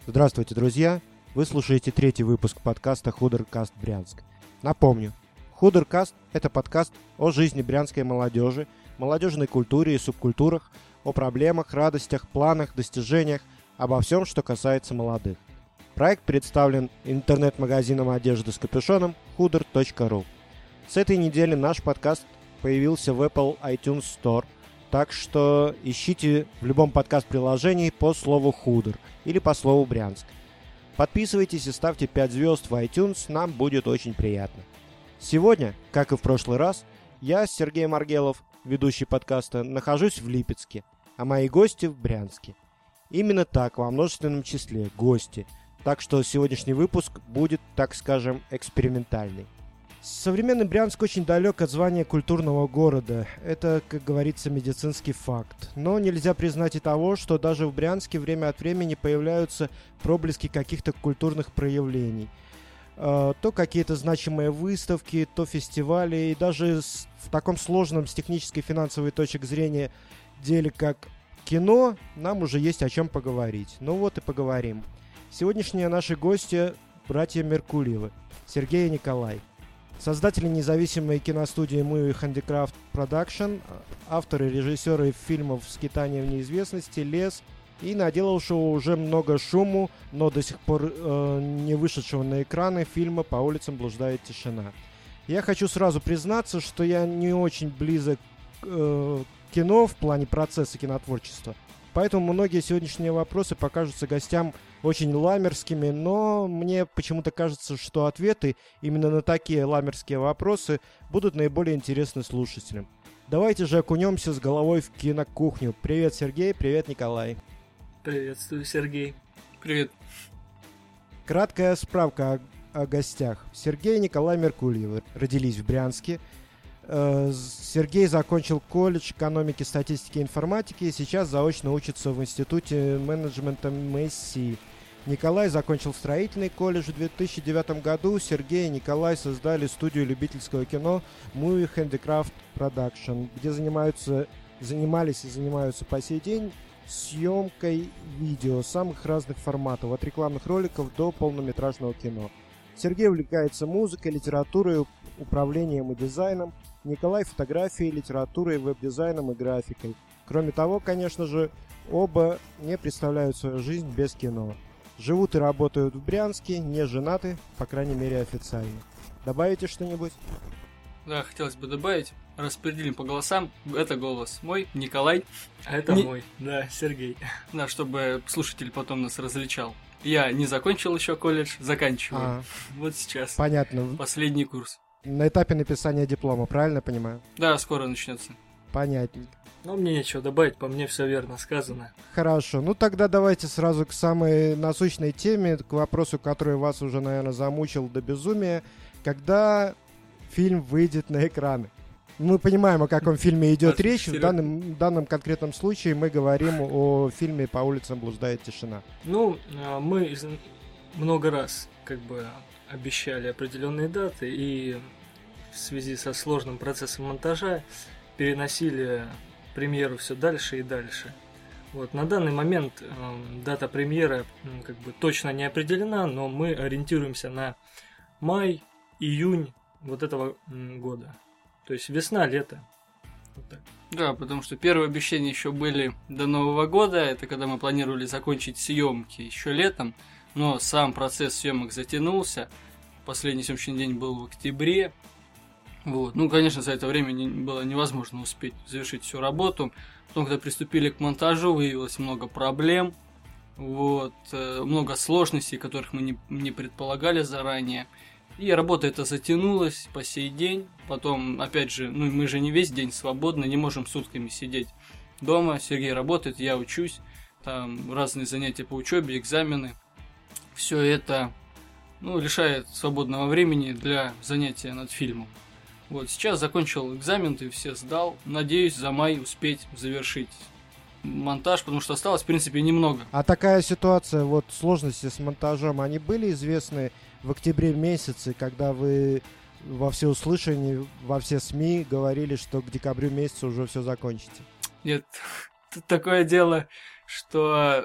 Здравствуйте, друзья! Вы слушаете третий выпуск подкаста «Худеркаст Брянск». Напомню, «Худеркаст» — это подкаст о жизни брянской молодежи, молодежной культуре и субкультурах, о проблемах, радостях, планах, достижениях, обо всем, что касается молодых. Проект представлен интернет-магазином одежды с капюшоном huder.ru. С этой недели наш подкаст появился в Apple iTunes Store, так что ищите в любом подкаст-приложении по слову «Худер» или по слову «Брянск». Подписывайтесь и ставьте 5 звезд в iTunes, нам будет очень приятно. Сегодня, как и в прошлый раз, я, Сергей Маргелов, ведущий подкаста, нахожусь в Липецке, а мои гости в Брянске. Именно так, во множественном числе, гости. Так что сегодняшний выпуск будет, так скажем, экспериментальный. Современный Брянск очень далек от звания культурного города. Это, как говорится, медицинский факт. Но нельзя признать и того, что даже в Брянске время от времени появляются проблески каких-то культурных проявлений. То какие-то значимые выставки, то фестивали. И даже в таком сложном с технической и финансовой точек зрения деле, как кино, нам уже есть о чем поговорить. Ну вот и поговорим. Сегодняшние наши гости – братья Меркулиевы, Сергей и Николай. Создатели независимой киностудии Movie Handicraft Production, авторы и режиссеры фильмов «Скитание в неизвестности», «Лес» и наделавшего уже много шуму, но до сих пор не вышедшего на экраны фильма «По улицам блуждает тишина». Я хочу сразу признаться, что я не очень близок к кино в плане процесса кинотворчества. Поэтому многие сегодняшние вопросы покажутся гостям очень ламерскими, но мне почему-то кажется, что ответы именно на такие ламерские вопросы будут наиболее интересны слушателям. Давайте же окунемся с головой в кинокухню. Привет, Сергей, привет, Николай. Приветствую, Сергей. Привет. Краткая справка о гостях. Сергей и Николай Меркулиевы родились в Брянске. Сергей закончил колледж экономики, статистики и информатики и сейчас заочно учится в институте менеджмента МСИ. Николай закончил строительный колледж в 2009 году. Сергей и Николай создали студию любительского кино Movie Handicraft Production, где занимались и занимаются по сей день съемкой видео самых разных форматов, от рекламных роликов до полнометражного кино. Сергей увлекается музыкой, литературой, управлением и дизайном. Николай фотографией, литературой, веб-дизайном и графикой. Кроме того, конечно же, оба не представляют свою жизнь без кино. Живут и работают в Брянске, не женаты, по крайней мере официально. Добавите что-нибудь? Да, хотелось бы добавить. Распределим по голосам. Это голос мой, Николай. А это мой, да, Сергей. Да, чтобы слушатель потом нас различал. Я не закончил еще колледж, заканчиваю. Вот сейчас. Понятно. Последний курс. На этапе написания диплома, правильно понимаю? Да, скоро начнется. Понятненько. Но мне нечего добавить, по мне все верно сказано. Хорошо, ну тогда давайте сразу к самой насущной теме, к вопросу, который вас уже, наверное, замучил до безумия. Когда фильм выйдет на экраны? Мы понимаем, о каком фильме идет речь. В данном конкретном случае мы говорим о фильме «По улицам блуждает тишина». Ну, мы много раз обещали определенные даты и в связи со сложным процессом монтажа переносили премьеру все дальше и дальше. Вот, на данный момент дата премьеры точно не определена, но мы ориентируемся на май, июнь вот этого года. То есть весна, лето. Вот так. Да, потому что первые обещания еще были до Нового года. Это когда мы планировали закончить съемки еще летом. Но сам процесс съемок затянулся. Последний съемочный день был в октябре. Вот. Ну, конечно, за это время было невозможно успеть завершить всю работу. Потом, когда приступили к монтажу, выявилось много проблем. Вот. Много сложностей, которых мы не предполагали заранее. И работа эта затянулась по сей день. Потом, опять же, мы же не весь день свободны, не можем сутками сидеть дома. Сергей работает, я учусь. Там разные занятия по учебе, экзамены. Все это лишает свободного времени для занятия над фильмом. Вот, сейчас закончил экзамен, ты все сдал. Надеюсь, за май успеть завершить монтаж, потому что осталось, в принципе, немного. А такая ситуация, вот сложности с монтажом, они были известны в октябре месяце, когда вы во всеуслышание, во все СМИ говорили, что к декабрю месяцу уже все закончите? Нет, тут такое дело, что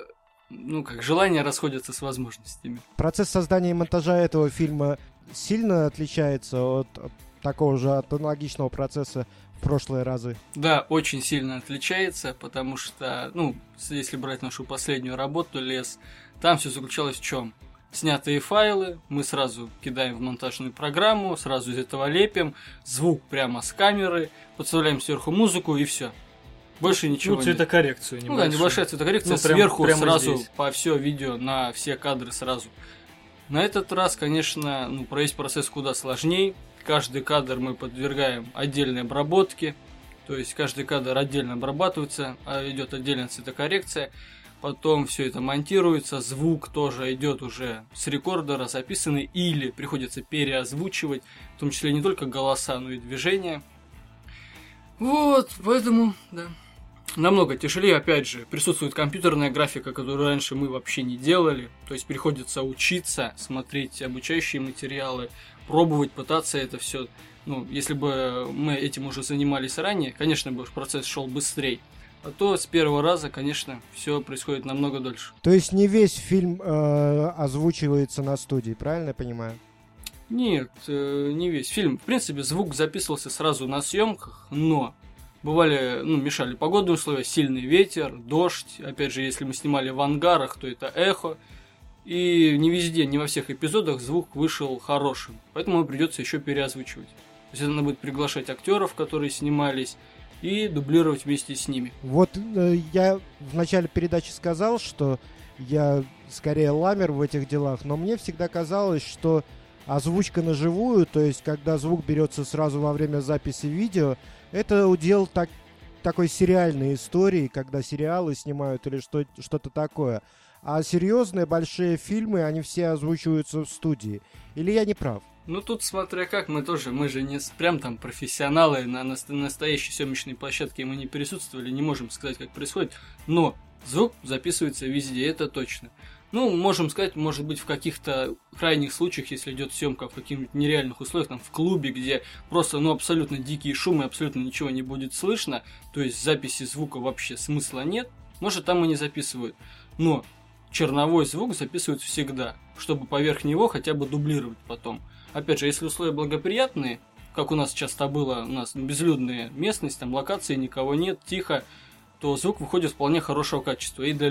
желания расходятся с возможностями. Процесс создания и монтажа этого фильма сильно отличается от такого же от аналогичного процесса в прошлые разы? Да, очень сильно отличается, потому что, если брать нашу последнюю работу «Лес», там все заключалось в чем? Снятые файлы мы сразу кидаем в монтажную программу, сразу из этого лепим, звук прямо с камеры, подставляем сверху музыку и все. Больше ничего нет. Цветокоррекцию небольшую. Небольшая цветокоррекция, сверху сразу здесь. По все видео, на все кадры сразу. На этот раз, конечно, провести процесс куда сложнее. Каждый кадр мы подвергаем отдельной обработке, то есть каждый кадр отдельно обрабатывается, идет отдельная цветокоррекция, потом все это монтируется, звук тоже идет уже с рекордера записанный или приходится переозвучивать, в том числе не только голоса, но и движения. Вот, поэтому, да. Намного тяжелее, опять же, присутствует компьютерная графика, которую раньше мы вообще не делали, то есть приходится учиться, смотреть обучающие материалы, пробовать, пытаться это все. Если бы мы этим уже занимались ранее, конечно бы процесс шел быстрее. А то с первого раза, конечно, все происходит намного дольше. То есть не весь фильм озвучивается на студии, правильно я понимаю? Нет, не весь фильм. В принципе, звук записывался сразу на съемках, но бывали, мешали погодные условия, сильный ветер, дождь. Опять же, если мы снимали в ангарах, то это эхо. И не везде, не во всех эпизодах звук вышел хорошим. Поэтому придется еще переозвучивать. То есть надо будет приглашать актеров, которые снимались, и дублировать вместе с ними. Вот я в начале передачи сказал, что я скорее ламер в этих делах, но мне всегда казалось, что озвучка на живую, то есть когда звук берется сразу во время записи видео, это удел такой сериальной истории, когда сериалы снимают или что-то такое. А серьезные большие фильмы, они все озвучиваются в студии. Или я не прав? Тут смотря как, мы же не прям там профессионалы, на настоящей съемочной площадке мы не присутствовали, не можем сказать, как происходит, но звук записывается везде, это точно. Можем сказать, может быть, в каких-то крайних случаях, если идет съемка в каких-нибудь нереальных условиях, там, в клубе, где просто, абсолютно дикие шумы, абсолютно ничего не будет слышно, то есть записи звука вообще смысла нет, может, там и не записывают, но черновой звук записывают всегда, чтобы поверх него хотя бы дублировать потом. Опять же, если условия благоприятные, как у нас часто было, у нас безлюдная местность, там локации, никого нет, тихо, то звук выходит вполне хорошего качества. И для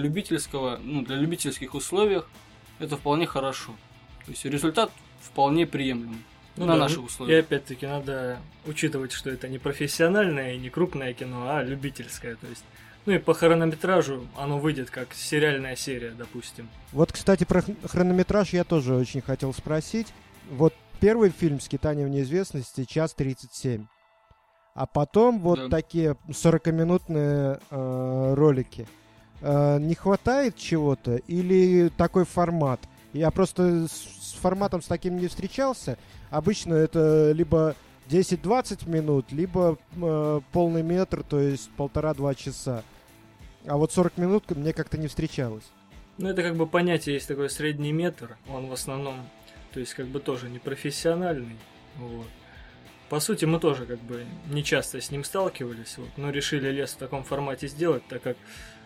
любительских условий это вполне хорошо. То есть результат вполне приемлемый на наших условиях. И опять-таки надо учитывать, что это не профессиональное и не крупное кино, а любительское. То есть, и по хронометражу оно выйдет как сериальная серия, допустим. Вот, кстати, про хронометраж я тоже очень хотел спросить. Вот первый фильм «Скитание в неизвестности» час 37. А потом такие 40-минутные ролики. Не хватает чего-то? Или такой формат? Я просто с форматом с таким не встречался. Обычно это либо 10-20 минут, либо полный метр, то есть 1,5-2 часа. А вот 40 минут мне как-то не встречалось. Это понятие есть такой средний метр. Он в основном, то есть тоже не профессиональный. Вот. По сути, мы тоже не часто с ним сталкивались, но решили «Лес» в таком формате сделать, так как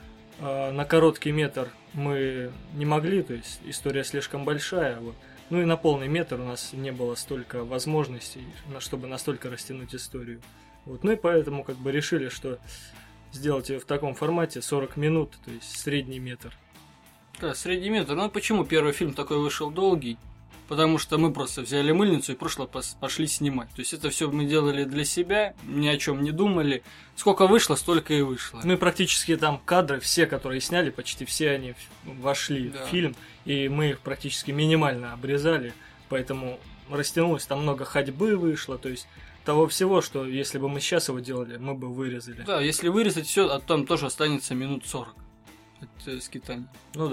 на короткий метр мы не могли, то есть история слишком большая. И на полный метр у нас не было столько возможностей, чтобы настолько растянуть историю. И поэтому решили, что сделать ее в таком формате 40 минут, то есть средний метр. Да, средний метр. Почему первый фильм такой вышел долгий? Потому что мы просто взяли мыльницу и пошли снимать. То есть это все мы делали для себя, ни о чем не думали. Сколько вышло, столько и вышло. И практически там кадры, все, которые сняли, почти все они вошли в фильм. И мы их практически минимально обрезали. Поэтому растянулось, там много ходьбы вышло. То есть того всего, что если бы мы сейчас его делали, мы бы вырезали. Да, если вырезать все, а там тоже останется минут 40. Это скитание.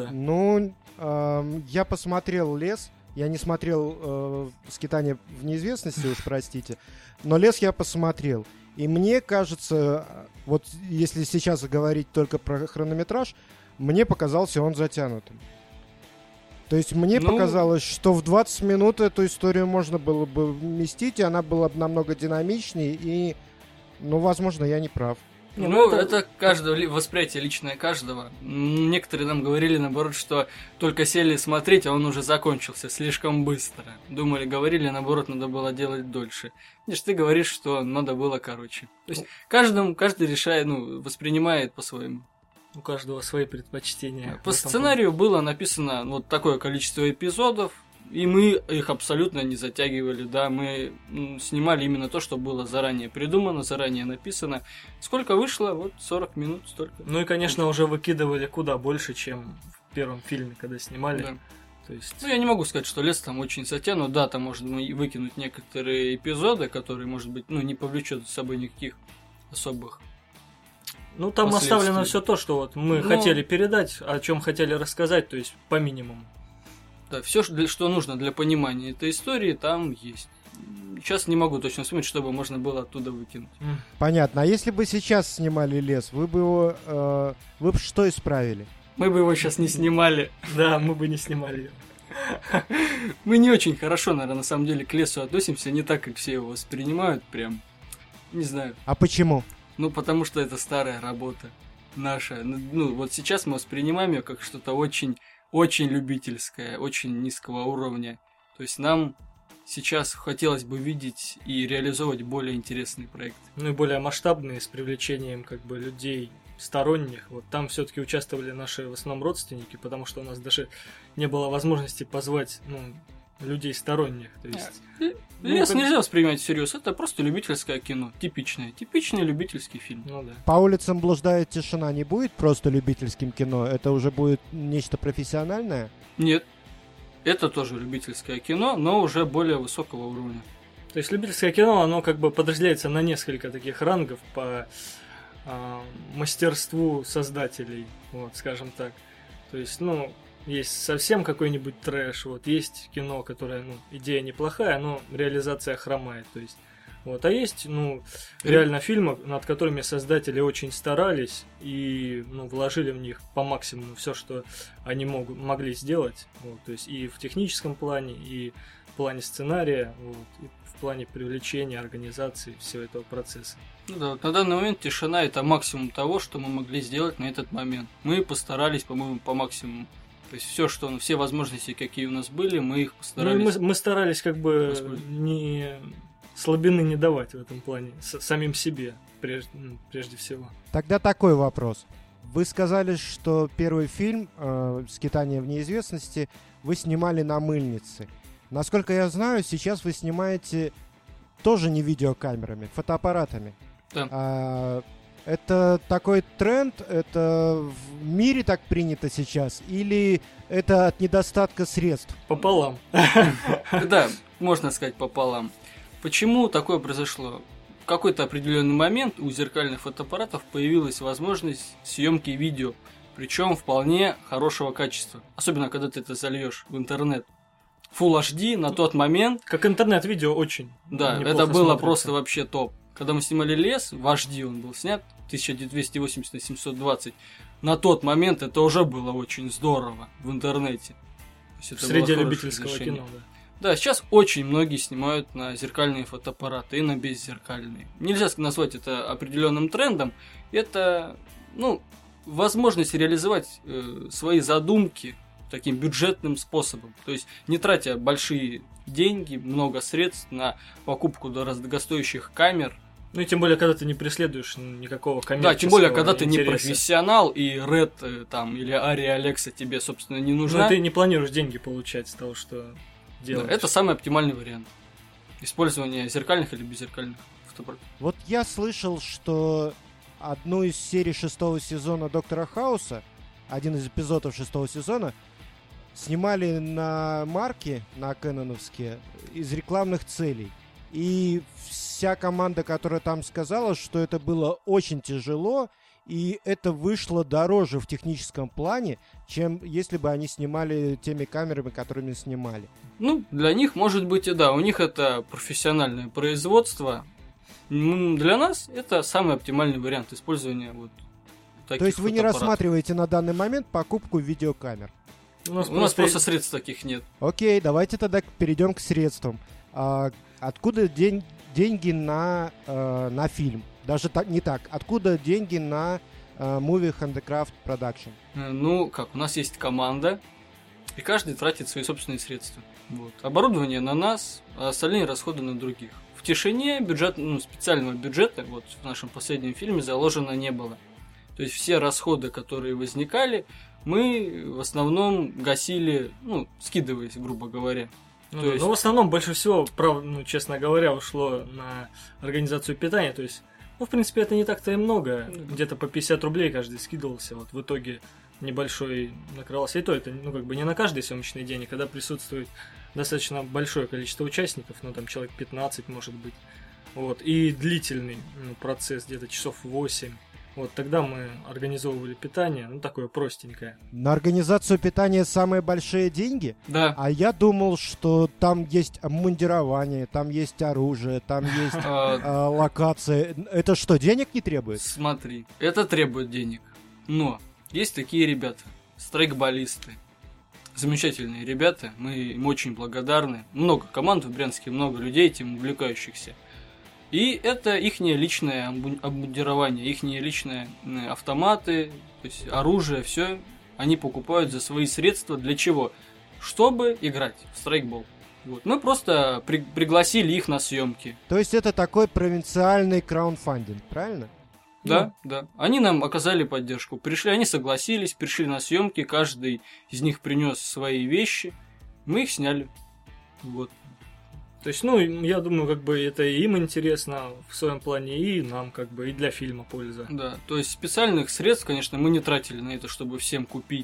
Я посмотрел «Лес». Я не смотрел «Скитание в неизвестности», уж простите, но «Лес» я посмотрел. И мне кажется, вот если сейчас говорить только про хронометраж, мне показался он затянутым. То есть мне показалось, что в 20 минут эту историю можно было бы вместить, и она была бы намного динамичнее, и, возможно, я не прав. Ну, это каждое восприятие личное каждого. Некоторые нам говорили, наоборот, что только сели смотреть, а он уже закончился слишком быстро. Думали, говорили, наоборот, надо было делать дольше. Видишь, ты говоришь, что надо было короче. То есть каждый решает, воспринимает по-своему. У каждого свои предпочтения. По сценарию было написано вот такое количество эпизодов, и мы их абсолютно не затягивали, да, мы снимали именно то, что было заранее придумано, заранее написано. Сколько вышло? Вот 40 минут, столько. Ну и, конечно, уже выкидывали куда больше, чем в первом фильме, когда снимали. Да. То есть... Ну, я не могу сказать, что лес там очень затянут, да, там можно выкинуть некоторые эпизоды, которые, может быть, не повлечет за собой никаких особых. Ну, там оставлено все то, что вот мы хотели передать, о чем хотели рассказать, то есть по минимуму. Да, все, что нужно для понимания этой истории, там есть. Сейчас не могу точно вспомнить, чтобы можно было оттуда выкинуть. Понятно. А если бы сейчас снимали лес, вы бы его... вы бы что исправили? Мы бы его сейчас не снимали. Да, мы бы не снимали. Мы не очень хорошо, наверное, на самом деле к лесу относимся, не так, как все его воспринимают, прям. Не знаю. А почему? Ну, потому что это старая работа наша. Ну, вот сейчас мы воспринимаем ее как что-то очень любительское, очень низкого уровня. То есть нам сейчас хотелось бы видеть и реализовывать более интересные проекты. Ну и более масштабные, с привлечением как бы людей сторонних. Вот там все-таки участвовали наши в основном родственники, потому что у нас даже не было возможности позвать людей сторонних. То есть, лес нельзя воспринимать всерьез, это просто любительское кино. Типичный любительский фильм. Ну да. По улицам блуждает тишина не будет просто любительским кино? Это уже будет нечто профессиональное? Нет. Это тоже любительское кино, но уже более высокого уровня. То есть любительское кино, оно как бы подразделяется на несколько таких рангов по мастерству создателей, вот, скажем так. То есть, есть совсем какой-нибудь трэш, вот, есть кино, которое, идея неплохая, но реализация хромает, то есть, вот, а есть, реально фильмы, над которыми создатели очень старались и, вложили в них по максимуму все, что они могли сделать, вот, то есть, и в техническом плане, и в плане сценария, вот, и в плане привлечения, организации всего этого процесса. Ну да, вот на данный момент тишина — это максимум того, что мы могли сделать на этот момент. Мы постарались, по-моему, по максимуму. То есть все возможности, какие у нас были, мы их постарались. Мы старались как бы не слабины не давать в этом плане самим себе прежде всего. Тогда такой вопрос. Вы сказали, что первый фильм «Скитание в неизвестности» вы снимали на мыльнице. Насколько я знаю, сейчас вы снимаете тоже не видеокамерами, фотоаппаратами. Да. Это такой тренд, это в мире так принято сейчас, или это от недостатка средств? Пополам. Да, можно сказать пополам. Почему такое произошло? В какой-то определенный момент у зеркальных фотоаппаратов появилась возможность съемки видео, причем вполне хорошего качества. Особенно, когда ты это зальешь в интернет. Full HD на тот момент. Как интернет-видео очень. Да, это было просто вообще топ. Когда мы снимали лес, в HD он был снят, 1280 на 720. На тот момент это уже было очень здорово в интернете. Среди любительского кино, да. Да, сейчас очень многие снимают на зеркальные фотоаппараты и на беззеркальные. Нельзя назвать это определенным трендом. Это, возможность реализовать свои задумки таким бюджетным способом. То есть не тратя большие деньги, много средств на покупку дорогостоящих камер. Ну и тем более, когда ты не преследуешь никакого коммерческого. Да, тем более, когда ты интереса. Не профессионал, и Red там, или Arri Alexa тебе, собственно, не нужна. Но ты не планируешь деньги получать с того, что делаешь. Да, это самый оптимальный вариант. Использование зеркальных или беззеркальных фотоаппаратов. Вот я слышал, что одну из серий 6-го сезона Доктора Хауса, один из эпизодов 6-го сезона, снимали на марки, на кэноновские, из рекламных целей. И вся команда, которая там сказала, что это было очень тяжело, и это вышло дороже в техническом плане, чем если бы они снимали теми камерами, которыми снимали. Для них, может быть, и да. У них это профессиональное производство. Для нас это самый оптимальный вариант использования вот таких. То есть вы не рассматриваете на данный момент покупку видеокамер? У нас просто средств таких нет. Окей, давайте тогда перейдем к средствам. Откуда деньги на фильм? Даже не так. Откуда деньги на Movie Handicraft Production? Ну, как, у нас есть команда, и каждый тратит свои собственные средства. Вот. Оборудование на нас, а остальные расходы на других. В тишине специального бюджета вот в нашем последнем фильме заложено не было. То есть все расходы, которые возникали, мы в основном гасили, скидываясь, грубо говоря. Ну, в основном больше всего, честно говоря, ушло на организацию питания. То есть, в принципе, это не так-то и много. Где-то по 50 рублей каждый скидывался. Вот в итоге небольшой накрывался. И то это, не на каждый съемочный день, и когда присутствует достаточно большое количество участников, там человек 15, может быть. Вот. И длительный процесс, где-то часов 8. Вот тогда мы организовывали питание, такое простенькое. На организацию питания самые большие деньги? Да. А я думал, что там есть обмундирование, там есть оружие, там есть локация. Это что, денег не требует? Смотри, это требует денег. Но есть такие ребята, страйкболисты. Замечательные ребята, мы им очень благодарны. Много команд в Брянске, много людей этим увлекающихся. И это ихнее личное обмундирование, ихние личные автоматы, то есть оружие, все они покупают за свои средства. Для чего? Чтобы играть в страйкбол. Вот. Мы просто пригласили их на съемки. То есть это такой провинциальный краундфандинг, правильно? Да, да. Они нам оказали поддержку. Они согласились, пришли на съемки, каждый из них принес свои вещи, мы их сняли. Вот. То есть, я думаю, это и им интересно в своем плане, и нам, и для фильма польза. Да, то есть специальных средств, конечно, мы не тратили на это, чтобы всем купить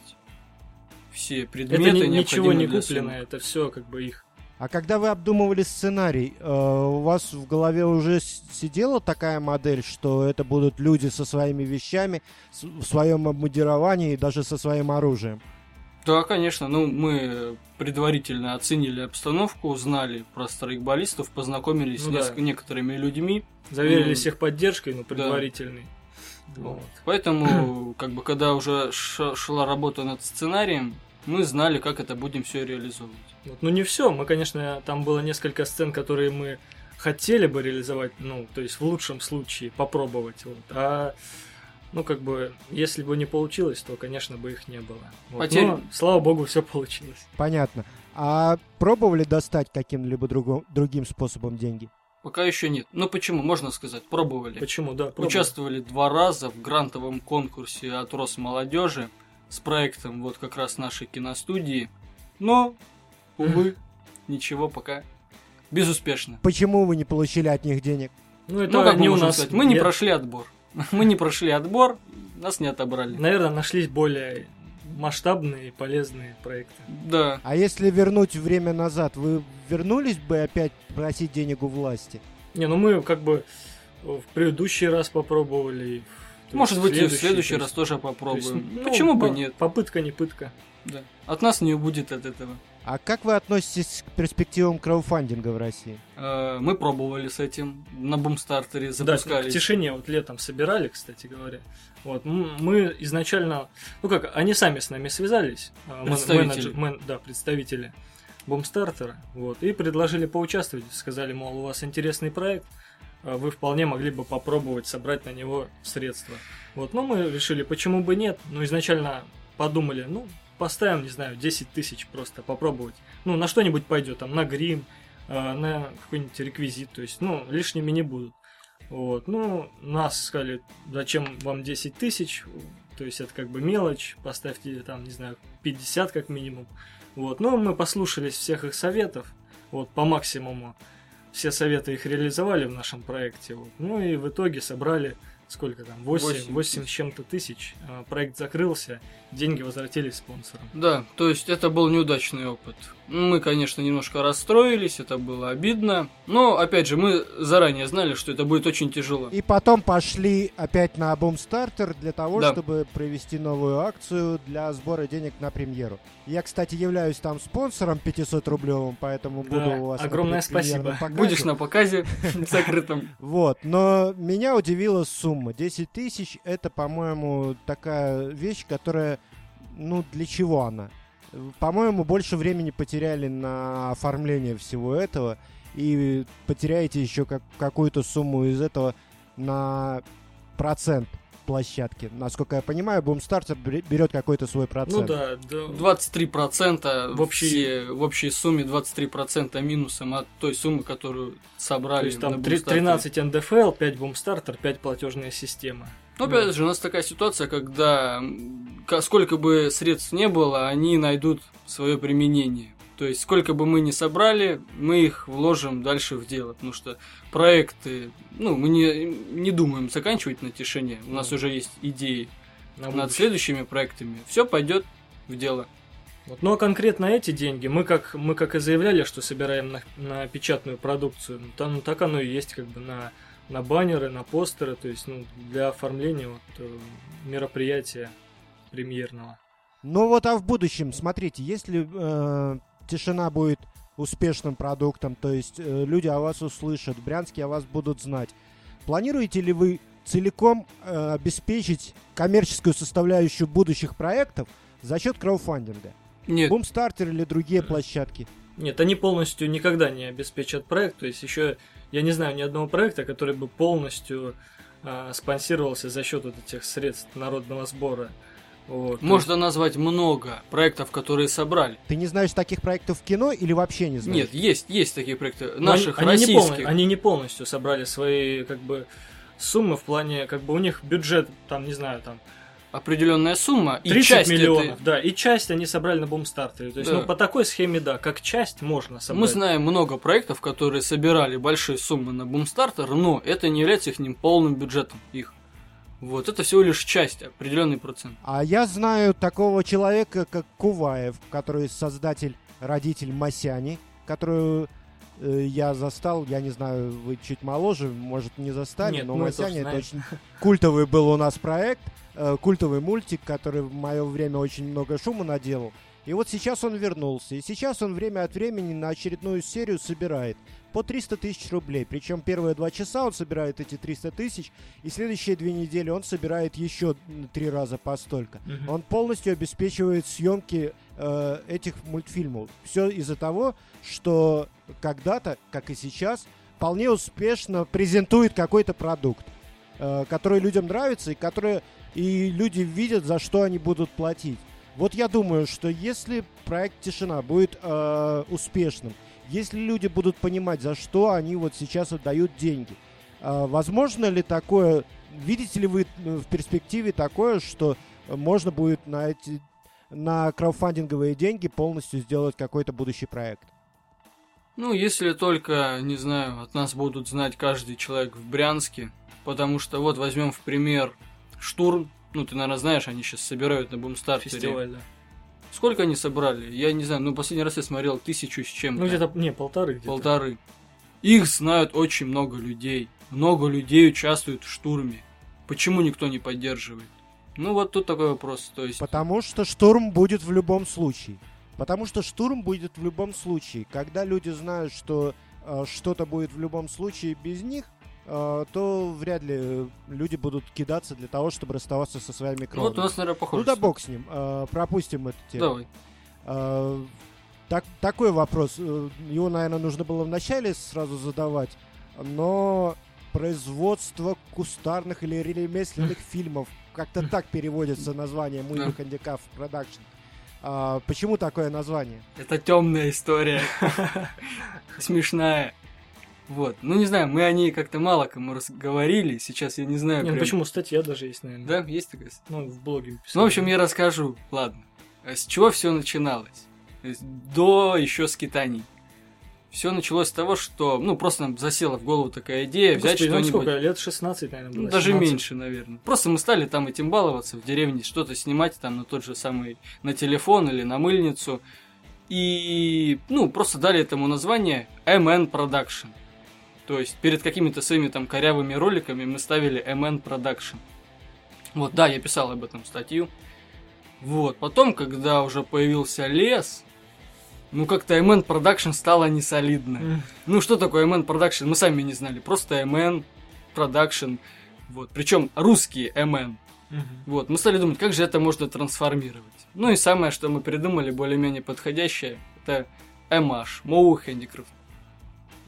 все предметы. Это ничего не куплено, это все их. А когда вы обдумывали сценарий, у вас в голове уже сидела такая модель, что это будут люди со своими вещами, в своем обмундировании и даже со своим оружием? Да, конечно. Мы предварительно оценили обстановку, узнали про страйкболистов, познакомились с некоторыми людьми. Заверились их поддержкой, предварительной. Да. Вот. Поэтому, когда уже шла работа над сценарием, мы знали, как это будем все реализовывать. Не все. Мы, конечно, там было несколько сцен, которые мы хотели бы реализовать, то есть в лучшем случае попробовать. Вот. А если бы не получилось, то, конечно, бы их не было. Вот. Но, слава богу, все получилось. Понятно. А пробовали достать каким-либо другим способом деньги? Пока еще нет. Почему? Можно сказать, пробовали. Почему, да. Пробовали. Участвовали 2 раза в грантовом конкурсе от Росмолодежи с проектом как раз нашей киностудии. Но, увы, ничего пока безуспешно. Почему вы не получили от них денег? Это не у нас. Сказать? Мы не прошли отбор. Мы не прошли отбор, нас не отобрали. Наверное, нашлись более масштабные и полезные проекты. Да. А если вернуть время назад, вы вернулись бы опять просить денег у власти? Мы в предыдущий раз попробовали. Может быть, и в следующий раз тоже попробуем. Есть, почему бы нет? Попытка не пытка. Да. От нас не убудет от этого. А как вы относитесь к перспективам краудфандинга в России? Мы пробовали с этим, на бумстартере запускались. Да, в тишине летом собирали, кстати говоря. Вот, мы изначально, они сами с нами связались, представители бумстартера, и предложили поучаствовать, сказали, мол, у вас интересный проект, вы вполне могли бы попробовать собрать на него средства. Мы решили, почему бы нет, изначально подумали, поставим, не знаю, 10 тысяч просто попробовать. На что-нибудь пойдет, на грим, на какой-нибудь реквизит, то есть, лишними не будут. Нас сказали, зачем вам 10 тысяч, то есть, это мелочь, поставьте не знаю, 50 как минимум. Мы послушались всех их советов, по максимуму. Все советы их реализовали в нашем проекте. И в итоге собрали сколько там, 8 с чем-то тысяч. Проект закрылся, деньги возвратились спонсорам. Да, то есть это был неудачный опыт. Мы, конечно, немножко расстроились, это было обидно. Но, опять же, мы заранее знали, что это будет очень тяжело. И потом пошли опять на Бумстартер для того, чтобы провести новую акцию для сбора денег на премьеру. Я, кстати, являюсь там спонсором 500-рублевым, поэтому буду у вас... Огромное спасибо. Будешь на показе закрытом. Но меня удивила сумма. 10 тысяч — это, по-моему, такая вещь, которая... для чего она? По-моему, больше времени потеряли на оформление всего этого, и потеряете еще какую-то сумму из этого на процент площадки. Насколько я понимаю, Бумстартер берет какой-то свой процент. Ну да. 23% в общей сумме, 23% минусом от той суммы, которую собрали. То есть там на Бумстартере. 13 НДФЛ, 5 Бумстартер, 5 платежная система. Но опять же, у нас такая ситуация, когда сколько бы средств не было, они найдут свое применение. То есть, сколько бы мы ни собрали, мы их вложим дальше в дело. Потому что проекты, мы не думаем заканчивать на тишине. У нас уже есть идеи над следующими проектами. Все пойдет в дело. Вот. Ну а конкретно эти деньги, мы как и заявляли, что собираем на печатную продукцию, так оно и есть как бы на баннеры, на постеры, то есть для оформления мероприятия премьерного. Ну вот, а в будущем, смотрите, если Тишина будет успешным продуктом, то есть люди о вас услышат, в Брянске о вас будут знать, планируете ли вы целиком обеспечить коммерческую составляющую будущих проектов за счет краудфандинга? Нет. Бумстартер или другие площадки? Нет, они полностью никогда не обеспечат проект, то есть еще я не знаю ни одного проекта, который бы полностью спонсировался за счет вот этих средств народного сбора. Вот. Можно назвать много проектов, которые собрали. Ты не знаешь таких проектов в кино или вообще не знаешь? Нет, есть такие проекты Но наших они российских. Они не полностью собрали свои как бы суммы в плане, как бы у них бюджет, там, не знаю, там определенная сумма 30 и часть миллионов, да, и часть они собрали на Бумстартере. То есть, Да. по такой схеме, да, как часть можно собрать. Мы знаем много проектов, которые собирали большие суммы на Бумстартер, но это не является их полным бюджетом их. Вот, это всего лишь часть, определенный процент. А я знаю такого человека, как Куваев, который создатель, родитель Масяни, которую я застал, я не знаю, вы чуть моложе, может, не застали, Нет, но мы Масяня — тоже это очень культовый был у нас проект, культовый мультик, который в мое время очень много шума наделал. И вот сейчас он вернулся. И сейчас он время от времени на очередную серию собирает по 300 тысяч рублей. Причем первые 2 часа он собирает эти 300 тысяч, и следующие 2 недели он собирает еще 3 раза по столько. Мгм. Он полностью обеспечивает съемки этих мультфильмов. Все из-за того, что когда-то, как и сейчас, вполне успешно презентует какой-то продукт, который людям нравится, и люди видят, за что они будут платить. Вот я думаю, что если проект «Тишина» будет успешным, если люди будут понимать, за что они вот сейчас отдают деньги, возможно ли такое, видите ли вы в перспективе такое, что можно будет на краудфандинговые деньги полностью сделать какой-то будущий проект? Если только, не знаю, от нас будут знать каждый человек в Брянске, потому что вот возьмем в пример «Штурм», ты, наверное, знаешь, они сейчас собирают на Бумстартере. Фестиваль, да. Сколько они собрали? Я не знаю, последний раз я смотрел 1000 с чем-то. Где-то, 1,5 где-то. Их знают очень много людей. Много людей участвуют в «Штурме». Почему никто не поддерживает? Вот тут такой вопрос. То есть... Потому что штурм будет в любом случае. Когда люди знают, что что-то будет в любом случае без них, то вряд ли люди будут кидаться для того, чтобы расставаться со своими кровными. Вот у нас, наверное, похоже. Да бог с ним. Пропустим эту тему. Давай. Такой вопрос. Его, наверное, нужно было вначале сразу задавать. Но производство кустарных или ремесленных фильмов, как-то так переводится название Movie Handicraft Production. Почему такое название? Это темная история. Смешная. Вот. Не знаю, мы о ней как-то мало кому разговорили. Сейчас я не знаю. Почему? Статья даже есть, наверное. Да, есть такая? В блоге писали. В общем, я расскажу. Ладно. С чего все начиналось? До еще скитаний. Все началось с того, что, просто нам засела в голову такая идея взять что-нибудь. Сколько? Лет 16, наверное, было. Даже 17. меньше, наверное. Просто мы стали там этим баловаться в деревне, что-то снимать там на тот же самый, на телефон или на мыльницу. И, просто дали этому название MN Production. То есть перед какими-то своими там корявыми роликами мы ставили MN Production. Вот, да, я писал об этом статью. Вот, потом, когда уже появился лес, как-то MN Production стало несолидно. Что такое MN Production? Мы сами не знали. Просто MN Production. Вот, причем русские MN. Вот, мы стали думать, как же это можно трансформировать. И самое, что мы придумали, более-менее подходящее, это MH, Movie Handicraft.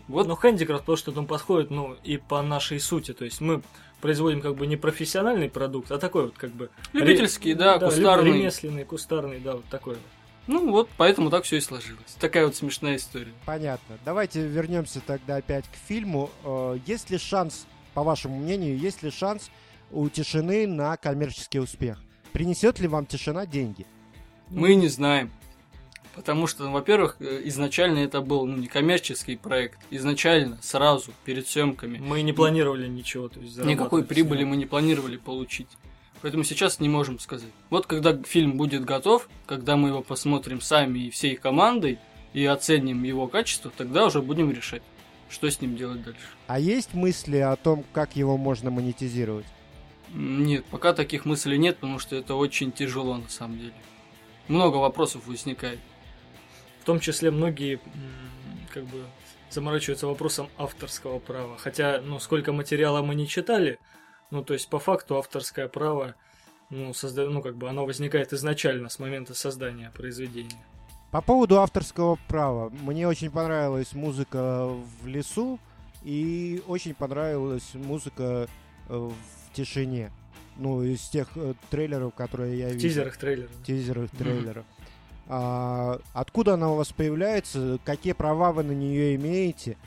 Вот. Но хэндикрафт, потому что он подходит, ну, и по нашей сути. То есть мы производим как бы не профессиональный продукт, а такой вот как бы... Любительский, да, кустарный. Ремесленный, кустарный, да, вот такой вот. Ну вот, поэтому так все и сложилось. Такая вот смешная история. Понятно. Давайте вернемся тогда опять к фильму. Есть ли шанс, по вашему мнению, есть ли шанс у «Тишины» на коммерческий успех? Принесет ли вам «Тишина» деньги? Мы не знаем. Потому что, во-первых, изначально это был не коммерческий проект. Изначально, сразу, перед съемками. Мы не планировали ничего. То есть никакой прибыли мы не планировали получить. Поэтому сейчас не можем сказать. Вот когда фильм будет готов, когда мы его посмотрим сами и всей командой, и оценим его качество, тогда уже будем решать, что с ним делать дальше. А есть мысли о том, как его можно монетизировать? Нет, пока таких мыслей нет, потому что это очень тяжело на самом деле. Много вопросов возникает. В том числе многие как бы заморачиваются вопросом авторского права. Хотя, ну, сколько материала мы не читали, ну, то есть, по факту, авторское право, ну, как бы оно возникает изначально, с момента создания произведения. По поводу авторского права. Мне очень понравилась музыка в лесу, и очень понравилась музыка в «Тишине». Ну, из тех трейлеров, которые я видел. Тизерах трейлеров. Откуда она у вас появляется? Какие права вы на нее имеете?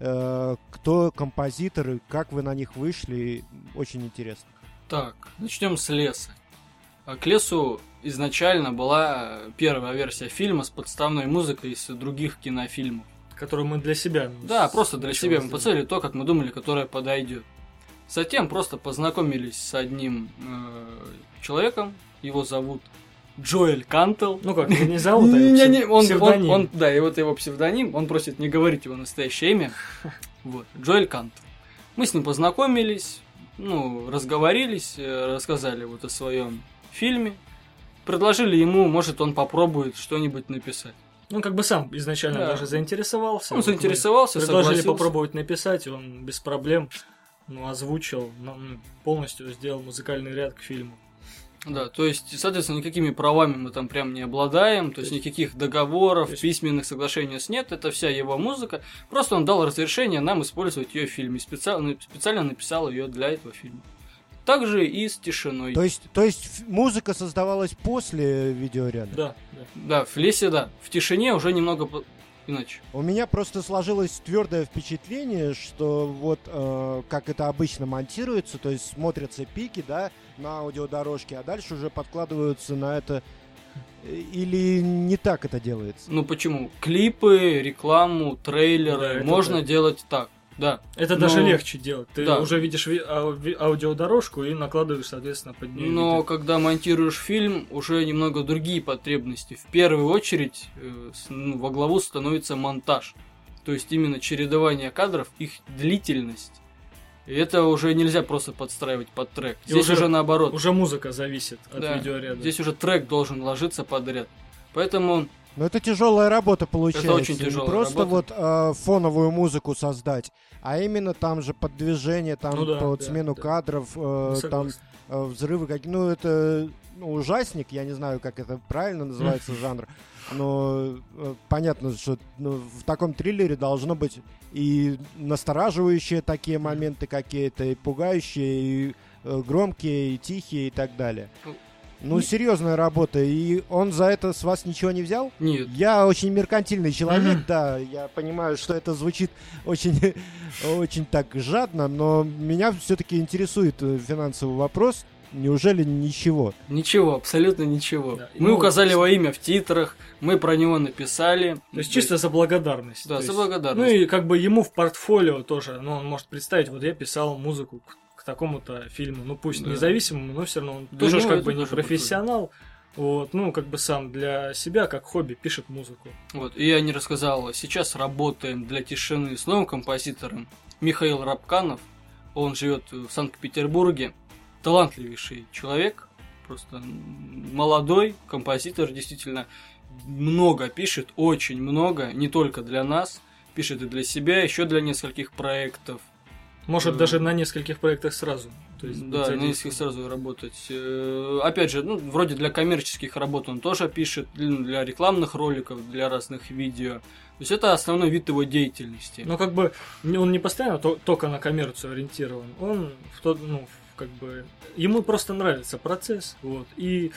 Кто композиторы, как вы на них вышли, очень интересно. Так, начнем с леса. К лесу изначально была первая версия фильма с подставной музыкой из других кинофильмов. Которую мы для себя... Да, просто для себя мы подцелили то, как мы думали, которое подойдет. Затем просто познакомились с одним человеком, его зовут Джоэль Кантел. Ну как, не зовут, а псевдоним. Да, и вот его псевдоним, он просит не говорить его настоящее имя. Вот, Джоэль Кантел. Мы с ним познакомились, ну, разговорились, рассказали вот о своем фильме. Предложили ему, может, он попробует что-нибудь написать. Ну, как бы сам изначально даже заинтересовался. Он заинтересовался, предложили попробовать написать, и он без проблем озвучил, полностью сделал музыкальный ряд к фильму. Да, то есть, соответственно, никакими правами мы там прям не обладаем, то есть никаких договоров, письменных соглашений нет, это вся его музыка. Просто он дал разрешение нам использовать ее в фильме, специально написал ее для этого фильма. Также и с «Тишиной». То есть музыка создавалась после видеоряда? Да, в лесе, да. В «Тишине» уже немного иначе. У меня просто сложилось твердое впечатление, что вот как это обычно монтируется, то есть смотрятся пики, да, на аудиодорожке, а дальше уже подкладываются на это. Или не так это делается? Ну почему? Клипы, рекламу, трейлеры можно делать так. Да. Это даже легче делать. Ты уже видишь аудиодорожку и накладываешь, соответственно, под нее. Но когда монтируешь фильм, уже немного другие потребности. В первую очередь во главу становится монтаж. То есть именно чередование кадров, их длительность. И это уже нельзя просто подстраивать под трек. Здесь уже наоборот. Уже музыка зависит от видеоряда. Здесь уже трек должен ложиться под ряд. Поэтому... Но это тяжелая работа получается. Это очень тяжелая работа. Не просто вот фоновую музыку создать, а именно там же под движение, там под смену кадров, там взрывы какие. Ну, это ужасник, я не знаю, как это правильно называется жанр. Но понятно, что в таком триллере должно быть и настораживающие такие моменты какие-то, и пугающие, и громкие, и тихие, и так далее. Ну, серьезная работа. И он за это с вас ничего не взял? Нет. Я очень меркантильный человек, да. Я понимаю, что это звучит очень, очень так жадно, но меня все-таки интересует финансовый вопрос. Неужели ничего? Ничего, абсолютно ничего. Да. Мы указали его имя в титрах, мы про него написали. То есть чисто за благодарность. Да, за благодарность. Ну и как бы ему в портфолио тоже, он может представить, вот я писал музыку к такому-то фильму, ну пусть независимому, но все равно он тоже как бы не профессионал. Вот, ну, как бы сам для себя, как хобби, пишет музыку. Вот, и я не рассказал, сейчас работаем для «Тишины» с новым композитором Михаил Рабканов. Он живет в Санкт-Петербурге. Талантливейший человек, просто молодой композитор, действительно много пишет, очень много, не только для нас, пишет и для себя, еще для нескольких проектов. Может, даже на нескольких проектах сразу. То есть Да, на нескольких сразу работать. Опять же, ну, вроде для коммерческих работ он тоже пишет, для рекламных роликов, для разных видео. То есть это основной вид его деятельности. Но как бы он не постоянно только на коммерцию ориентирован. Он как бы ему просто нравится процесс, вот, и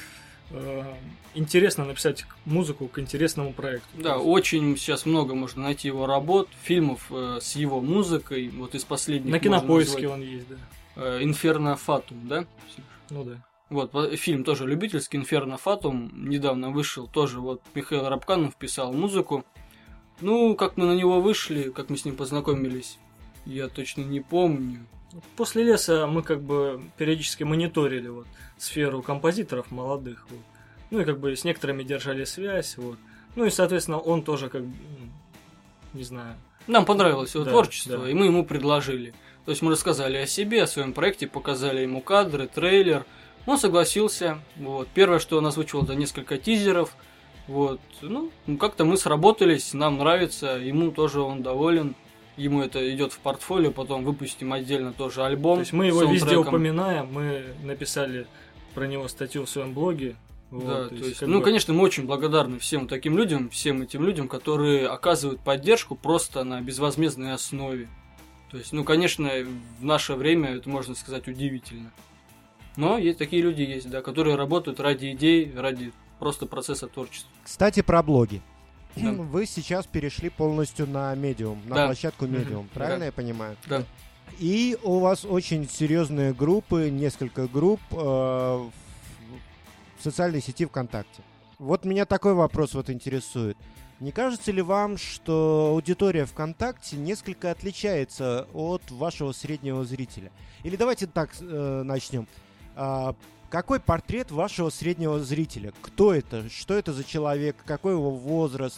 интересно написать музыку к интересному проекту. Да, очень сейчас много можно найти его работ, фильмов с его музыкой. Вот из последних на Кинопоиске он есть, да. Инферно Фатум, да? Ну да. Вот, фильм тоже любительский, Инферно Фатум, недавно вышел, тоже вот Михаил Рабканов писал музыку. Ну, как мы на него вышли, как мы с ним познакомились, я точно не помню. После «Леса» мы как бы периодически мониторили вот сферу композиторов молодых, вот. Ну и как бы с некоторыми держали связь, вот. Ну и, соответственно, он тоже как бы, не знаю. Нам понравилось его творчество, да. И мы ему предложили. То есть мы рассказали о себе, о своем проекте, показали ему кадры, трейлер. Он согласился. Вот. Первое, что он озвучивал, это несколько тизеров. Вот. Ну, как-то мы сработались, нам нравится, ему тоже он доволен. Ему это идет в портфолио, потом выпустим отдельно тоже альбом. То есть мы его везде упоминаем, мы написали про него статью в своем блоге. Вот, да, то есть, ну, конечно, мы очень благодарны всем таким людям, всем этим людям, которые оказывают поддержку просто на безвозмездной основе. То есть, ну, конечно, в наше время это, можно сказать, удивительно. Но есть такие люди есть, да, которые работают ради идей, ради просто процесса творчества. Кстати, про блоги. Да. Вы сейчас перешли полностью на Medium, на площадку Medium, правильно я понимаю? Да. И у вас очень серьезные группы, несколько групп в социальной сети ВКонтакте. Вот меня такой вопрос вот интересует. Не кажется ли вам, что аудитория ВКонтакте несколько отличается от вашего среднего зрителя? Или давайте так начнем. Какой портрет вашего среднего зрителя? Кто это? Что это за человек? Какой его возраст?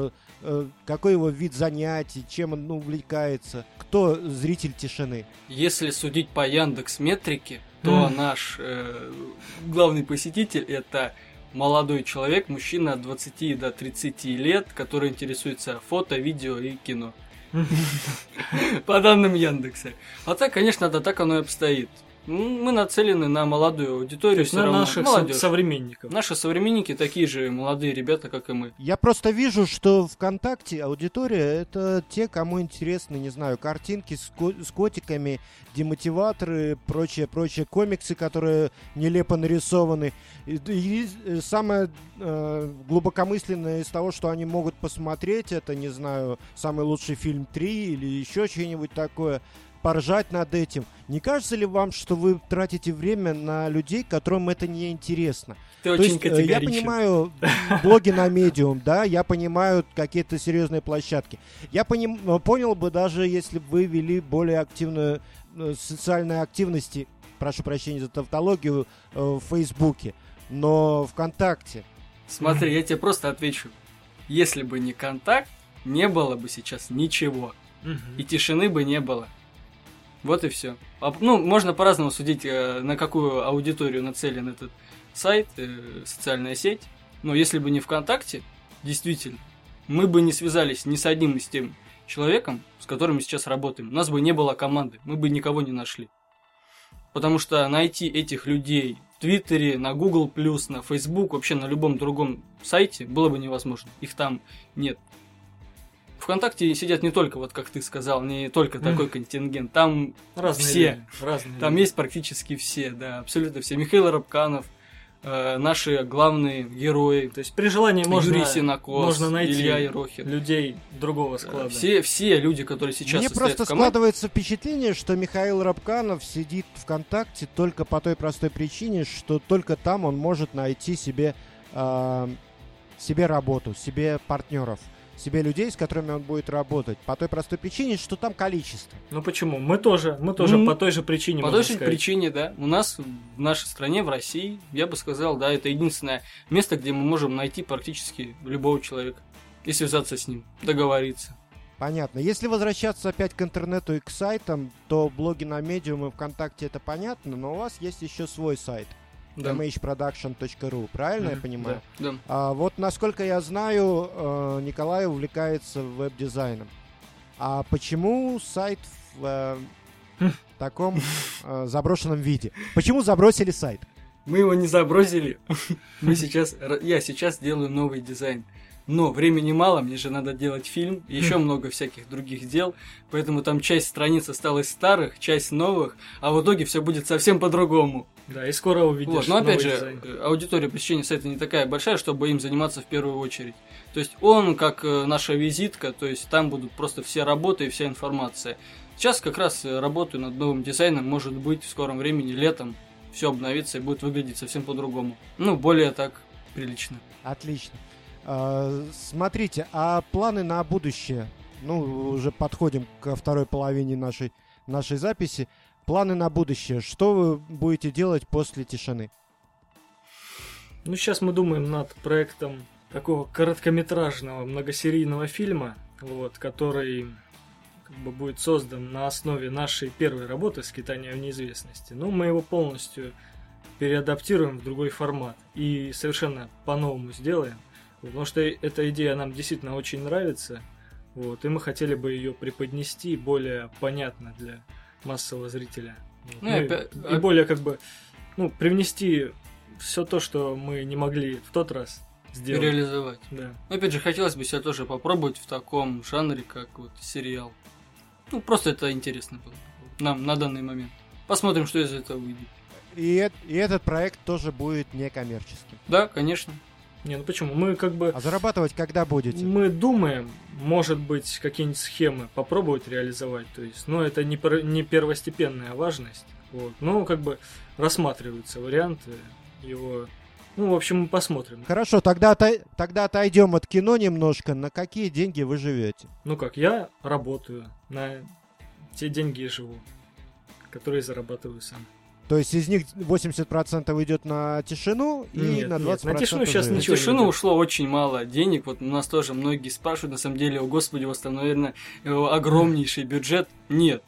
Какой его вид занятий? Чем он увлекается? Кто зритель тишины? Если судить по Яндекс.Метрике, то наш главный посетитель – это молодой человек, мужчина от 20 до 30 лет, который интересуется фото, видео и кино. По данным Яндекса. А так, конечно, да, так оно и обстоит. Мы нацелены на молодую аудиторию, на наших современников. Наши современники такие же молодые ребята, как и мы. Я просто вижу, что ВКонтакте аудитория — это те, кому интересны, не знаю, картинки с котиками, демотиваторы, прочие комиксы, которые нелепо нарисованы. И самое глубокомысленное из того, что они могут посмотреть, это, не знаю, самый лучший фильм 3 или еще что-нибудь такое. Поржать над этим. Не кажется ли вам, что вы тратите время на людей, которым это не интересно? Ты очень категоричен. Я понимаю блоги на Medium, да, я понимаю какие-то серьезные площадки. Я понял бы даже, если бы вы вели более активную социальные активности, прошу прощения за тавтологию, в Фейсбуке, но ВКонтакте. Смотри, я тебе просто отвечу. Если бы не Контакт, не было бы сейчас ничего. И тишины бы не было. Вот и все. Ну, можно по-разному судить, на какую аудиторию нацелен этот сайт, социальная сеть. Но если бы не ВКонтакте, действительно, мы бы не связались ни с одним из тем человеком, с которым мы сейчас работаем. У нас бы не было команды, мы бы никого не нашли. Потому что найти этих людей в Твиттере, на Google+, на Facebook, вообще на любом другом сайте было бы невозможно. Их там нет. ВКонтакте сидят не только, вот как ты сказал, не только такой контингент, там разные все, люди, там есть практически все, да, абсолютно все. Михаил Рабканов, наши главные герои. То есть при желании Юрий Синокос, можно найти Илья Ерохин. людей другого склада. Все люди, которые сейчас Мне просто складывается впечатление, что Михаил Рабканов сидит ВКонтакте только по той простой причине, что только там он может найти себе работу, себе партнеров, себе людей, с которыми он будет работать. По той простой причине, что там количество. Ну почему? Мы тоже по той же причине. По той же причине, да. У нас в нашей стране, в России, я бы сказал, да, это единственное место, где мы можем найти практически любого человека и связаться с ним, договориться. Понятно. Если возвращаться опять к интернету и к сайтам, то блоги на Medium и ВКонтакте это понятно, но у вас есть еще свой сайт. Да. mhproduction.ru, правильно я понимаю? Да. Вот насколько я знаю, Николай увлекается веб-дизайном. А почему сайт в таком заброшенном виде. Почему забросили сайт? Мы его не забросили. Я сейчас делаю новый дизайн. Но времени мало, мне же надо делать фильм, еще много всяких других дел, поэтому там часть страниц осталась старых, часть новых, а в итоге все будет совсем по-другому. Да, и скоро увидишь. Вот, но опять же, аудитория посещения сайта не такая большая, чтобы им заниматься в первую очередь. То есть он как наша визитка, то есть там будут просто все работы и вся информация. Сейчас как раз работаю над новым дизайном, может быть в скором времени, летом, все обновится и будет выглядеть совсем по-другому. Ну, более так прилично. Отлично. Смотрите, а планы на будущее? Ну, уже подходим ко второй половине нашей записи. Планы на будущее. Что вы будете делать после «Тишины»? Ну, сейчас мы думаем над проектом такого короткометражного многосерийного фильма, вот, который как бы будет создан на основе нашей первой работы «Скитания в неизвестности». Но мы его полностью переадаптируем в другой формат и совершенно по-новому сделаем. Потому что эта идея нам действительно очень нравится, вот, и мы хотели бы ее преподнести более понятно для массового зрителя. Вот. И более как бы привнести все то, что мы не могли в тот раз сделать. Реализовать. Да. Но опять же, хотелось бы себя тоже попробовать в таком жанре, как вот сериал. Ну, просто это интересно было нам на данный момент. Посмотрим, что из этого выйдет. И этот проект тоже будет некоммерческим. Да, конечно. Не, ну почему? Мы как бы... А зарабатывать когда будете? Мы думаем, может быть, какие-нибудь схемы попробовать реализовать. То есть, это не первостепенная важность. Вот. Но как бы рассматриваются варианты его... Ну, в общем, мы посмотрим. Хорошо, тогда отойдем от кино немножко. На какие деньги вы живете? Ну как, я работаю. На те деньги и живу, которые зарабатываю сам. То есть из них 80% идет на «Тишину» и нет, на 20% нет, на «Тишину» сейчас На ничего «Тишину» не ушло очень мало денег. Вот у нас тоже многие спрашивают, на самом деле, о господи, у вас там, наверное, огромнейший бюджет. Нет.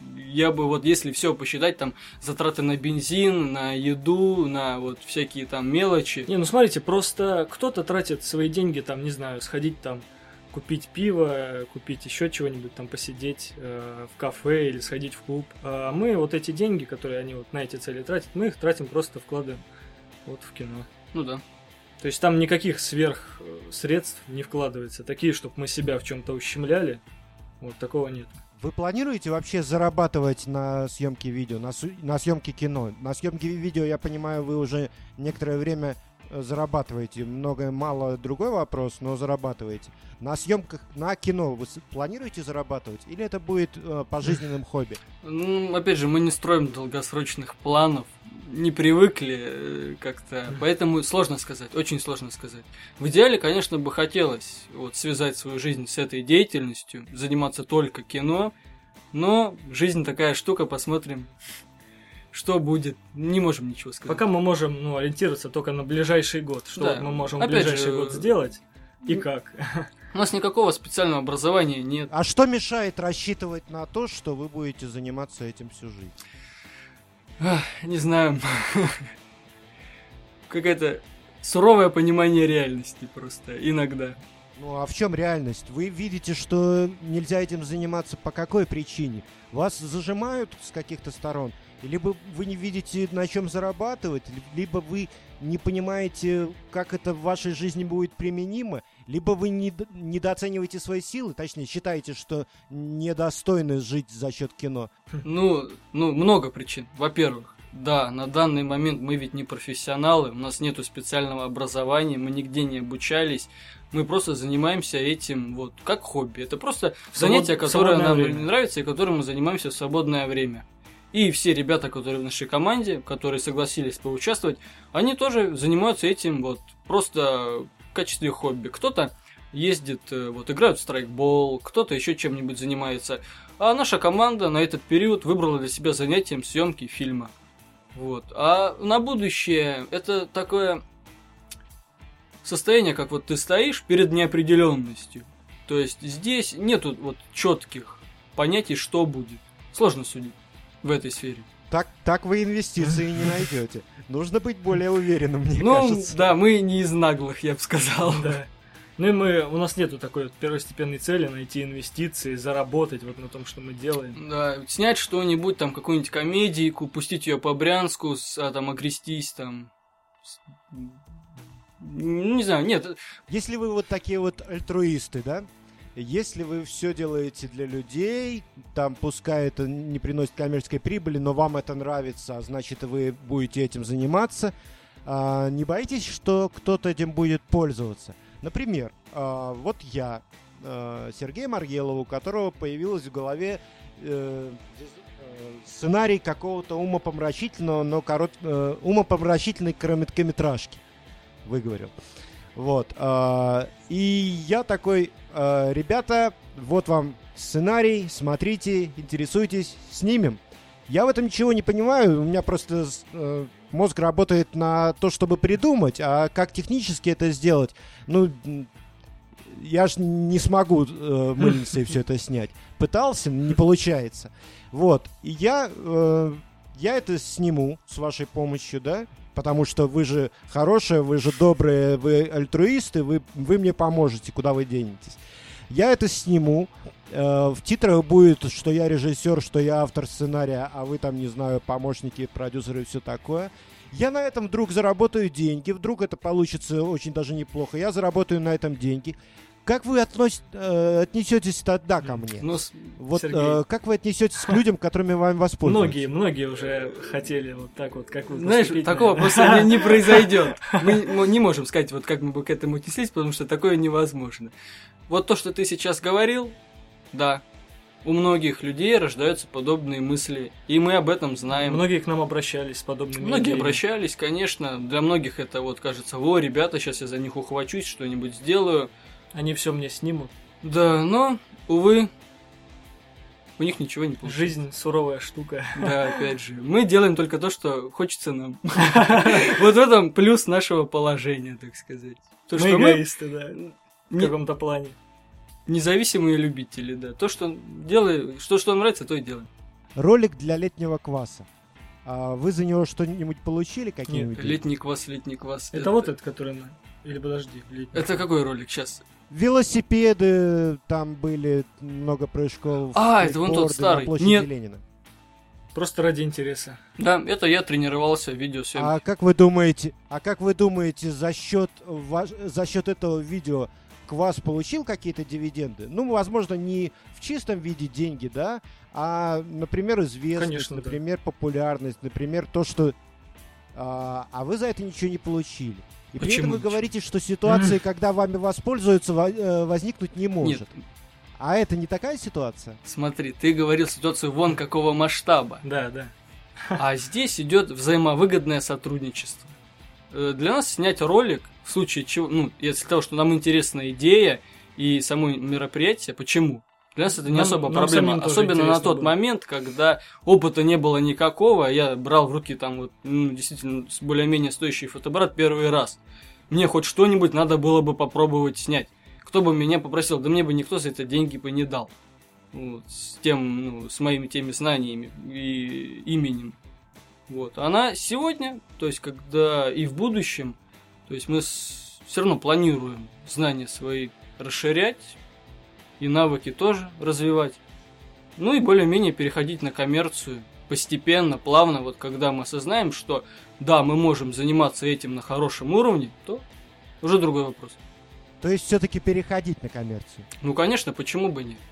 Я бы если все посчитать, там, затраты на бензин, на еду, на вот всякие там мелочи. Не, смотрите, просто кто-то тратит свои деньги, там, не знаю, сходить там, купить пиво, купить еще чего-нибудь, там, посидеть в кафе или сходить в клуб. А мы вот эти деньги, которые они вот на эти цели тратят, мы их тратим, просто вкладываем в кино. Ну да. То есть там никаких сверх средств не вкладывается. Такие, чтобы мы себя в чем-то ущемляли, вот такого нет. Вы планируете вообще зарабатывать на съемке видео, на съемке кино? На съемке видео, я понимаю, вы уже некоторое время зарабатываете. Мало другой вопрос, но зарабатываете. На съемках на кино вы планируете зарабатывать? Или это будет пожизненным хобби? Ну, опять же, мы не строим долгосрочных планов. Не привыкли как-то, поэтому сложно сказать, очень сложно сказать. В идеале, конечно, бы хотелось связать свою жизнь с этой деятельностью, заниматься только кино, но жизнь такая штука, посмотрим, что будет, не можем ничего сказать. Пока мы можем ориентироваться только на ближайший год, что мы можем в ближайший год сделать и как. У нас никакого специального образования нет. А что мешает рассчитывать на то, что вы будете заниматься этим всю жизнь? Не знаю. Какое-то суровое понимание реальности просто иногда. Ну а в чем реальность? Вы видите, что нельзя этим заниматься по какой причине? Вас зажимают с каких-то сторон? Либо вы не видите, на чем зарабатывать, либо вы не понимаете, как это в вашей жизни будет применимо, либо вы недооцениваете свои силы, точнее, считаете, что недостойны жить за счет кино. Ну, много причин. Во-первых, да, на данный момент мы ведь не профессионалы, у нас нету специального образования, мы нигде не обучались, мы просто занимаемся этим как хобби. Это просто занятие, которое нам нравится и которым мы занимаемся в свободное время. И все ребята, которые в нашей команде, которые согласились поучаствовать, они тоже занимаются этим просто в качестве хобби. Кто-то ездит, играют в страйкбол, кто-то еще чем-нибудь занимается. А наша команда на этот период выбрала для себя занятием съемки фильма. А на будущее это такое состояние, как ты стоишь перед неопределенностью. То есть здесь нету четких понятий, что будет. Сложно судить в этой сфере. Так вы инвестиции не найдете. Нужно быть более уверенным, мне кажется. Да, мы не из наглых, я бы сказал. Да. Ну и у нас нету такой вот первостепенной цели найти инвестиции, заработать вот на том, что мы делаем. Да, снять что-нибудь, там, какую-нибудь комедийку, пустить ее по Брянску, там, окрестись, там... Не знаю, нет. Если вы вот такие вот альтруисты, да? Если вы все делаете для людей, там, пускай это не приносит коммерческой прибыли, но вам это нравится, значит, вы будете этим заниматься, не боитесь, что кто-то этим будет пользоваться? Например, вот я, Сергей Маргелов, у которого появилась в голове сценарий какого-то умопомрачительного, но умопомрачительной короткометражки, выговорил. Вот. И я такой, ребята, вот вам сценарий, смотрите, интересуйтесь, снимем. Я в этом ничего не понимаю, у меня просто мозг работает на то, чтобы придумать, а как технически это сделать, ну, я ж не смогу мыльницей все это снять. Пытался, не получается. Вот, и я это сниму с вашей помощью, да, потому что вы же хорошие, вы же добрые, вы альтруисты, вы мне поможете, куда вы денетесь. Я это сниму. В титрах будет, что я режиссер, что я автор сценария, а вы там, не знаю, помощники, продюсеры и все такое. Я на этом вдруг заработаю деньги, вдруг это получится очень даже неплохо. Я заработаю на этом деньги. Как вы отнесетесь тогда ко мне? Ну, вот, как вы отнесетесь к людям, которыми вами воспользуются? Многие уже хотели вот так вот, как вы. Знаешь, такого просто не произойдет. Мы не можем сказать, вот как мы бы к этому отнеслись, потому что такое невозможно. Вот то, что ты сейчас говорил, да, у многих людей рождаются подобные мысли, и мы об этом знаем. Многие к нам обращались с подобными Многие идеями. обращались, конечно. Для многих это вот кажется, ребята, сейчас я за них ухвачусь, что-нибудь сделаю. Они все мне снимут. Да, но, увы, у них ничего не получится. Жизнь суровая штука. Да, опять же. Мы делаем только то, что хочется нам. Вот в этом плюс нашего положения, так сказать. Мы эгоисты, да, в каком-то плане. Независимые любители, да. То, что делаем, что нам нравится, то и делаем. Ролик для летнего кваса. Вы за него что-нибудь получили? Какие-нибудь? Нет, летний квас. Это вот этот, который на... Или подожди, летний. Это какой ролик сейчас? Велосипеды, там были много прыжков. Это вон тот старый. На площади Нет. Ленина. Просто ради интереса. Да, это я тренировался в видеосъемке. А как вы думаете, за счет этого видео квас получил какие-то дивиденды? Ну, возможно, не в чистом виде деньги, да, а, например, известность, Конечно, например, популярность, например, то, что... А вы за это ничего не получили. И при этом вы говорите, что ситуация, когда вами воспользуются, возникнуть не может. Нет. А это не такая ситуация? Смотри, ты говорил ситуацию вон какого масштаба. Да. А здесь идет взаимовыгодное сотрудничество. Для нас снять ролик, в случае чего, если того, что нам интересна идея и само мероприятие, почему? Для нас это не особо проблема. Особенно на тот момент, когда опыта не было никакого, я брал в руки там вот, действительно более-менее стоящий фотоаппарат первый раз. Мне хоть что-нибудь надо было бы попробовать снять. Кто бы меня попросил, да мне бы никто за это деньги бы не дал. Вот, с моими теми знаниями и именем. Вот. Она сегодня, то есть когда и в будущем, то есть мы все равно планируем знания свои расширять, и навыки тоже развивать. Ну и более-менее переходить на коммерцию постепенно, плавно, вот когда мы осознаем, что да, мы можем заниматься этим на хорошем уровне, то уже другой вопрос. То есть все-таки переходить на коммерцию? Ну, конечно, почему бы нет?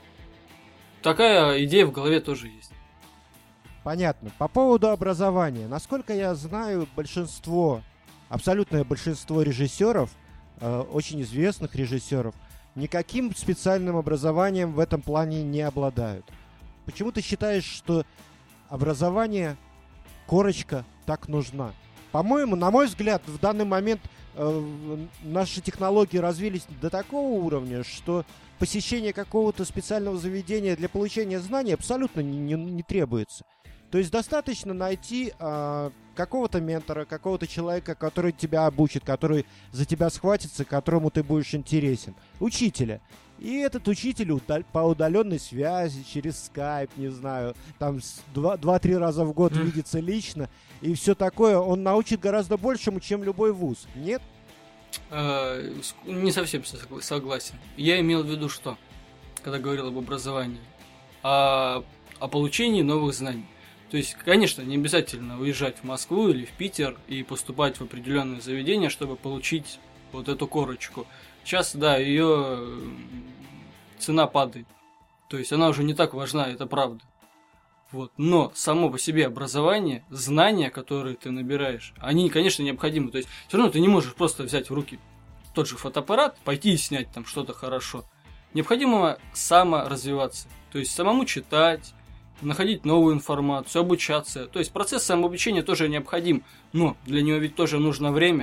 Такая идея в голове тоже есть. Понятно. По поводу образования. Насколько я знаю, абсолютное большинство режиссеров, очень известных режиссеров, никаким специальным образованием в этом плане не обладают. Почему ты считаешь, что образование, корочка, так нужна? По-моему, на мой взгляд, в данный момент наши технологии развились до такого уровня, что посещение какого-то специального заведения для получения знаний абсолютно не требуется. То есть достаточно найти какого-то ментора, какого-то человека, который тебя обучит, который за тебя схватится, которому ты будешь интересен. Учителя. И этот учитель по удаленной связи, через скайп, не знаю, там 2-3 раза в год видится лично, и все такое, он научит гораздо большему, чем любой вуз. Нет? Не совсем согласен. Я имел в виду что, когда говорил об образовании? О получении новых знаний. То есть, конечно, не обязательно уезжать в Москву или в Питер и поступать в определенное заведение, чтобы получить вот эту корочку. Сейчас, да, ее цена падает. То есть она уже не так важна, это правда. Вот. Но само по себе образование, знания, которые ты набираешь, они, конечно, необходимы. То есть все равно ты не можешь просто взять в руки тот же фотоаппарат, пойти и снять там что-то хорошо. Необходимо саморазвиваться. То есть самому читать, находить новую информацию, обучаться. То есть процесс самообучения тоже необходим, но для него ведь тоже нужно время.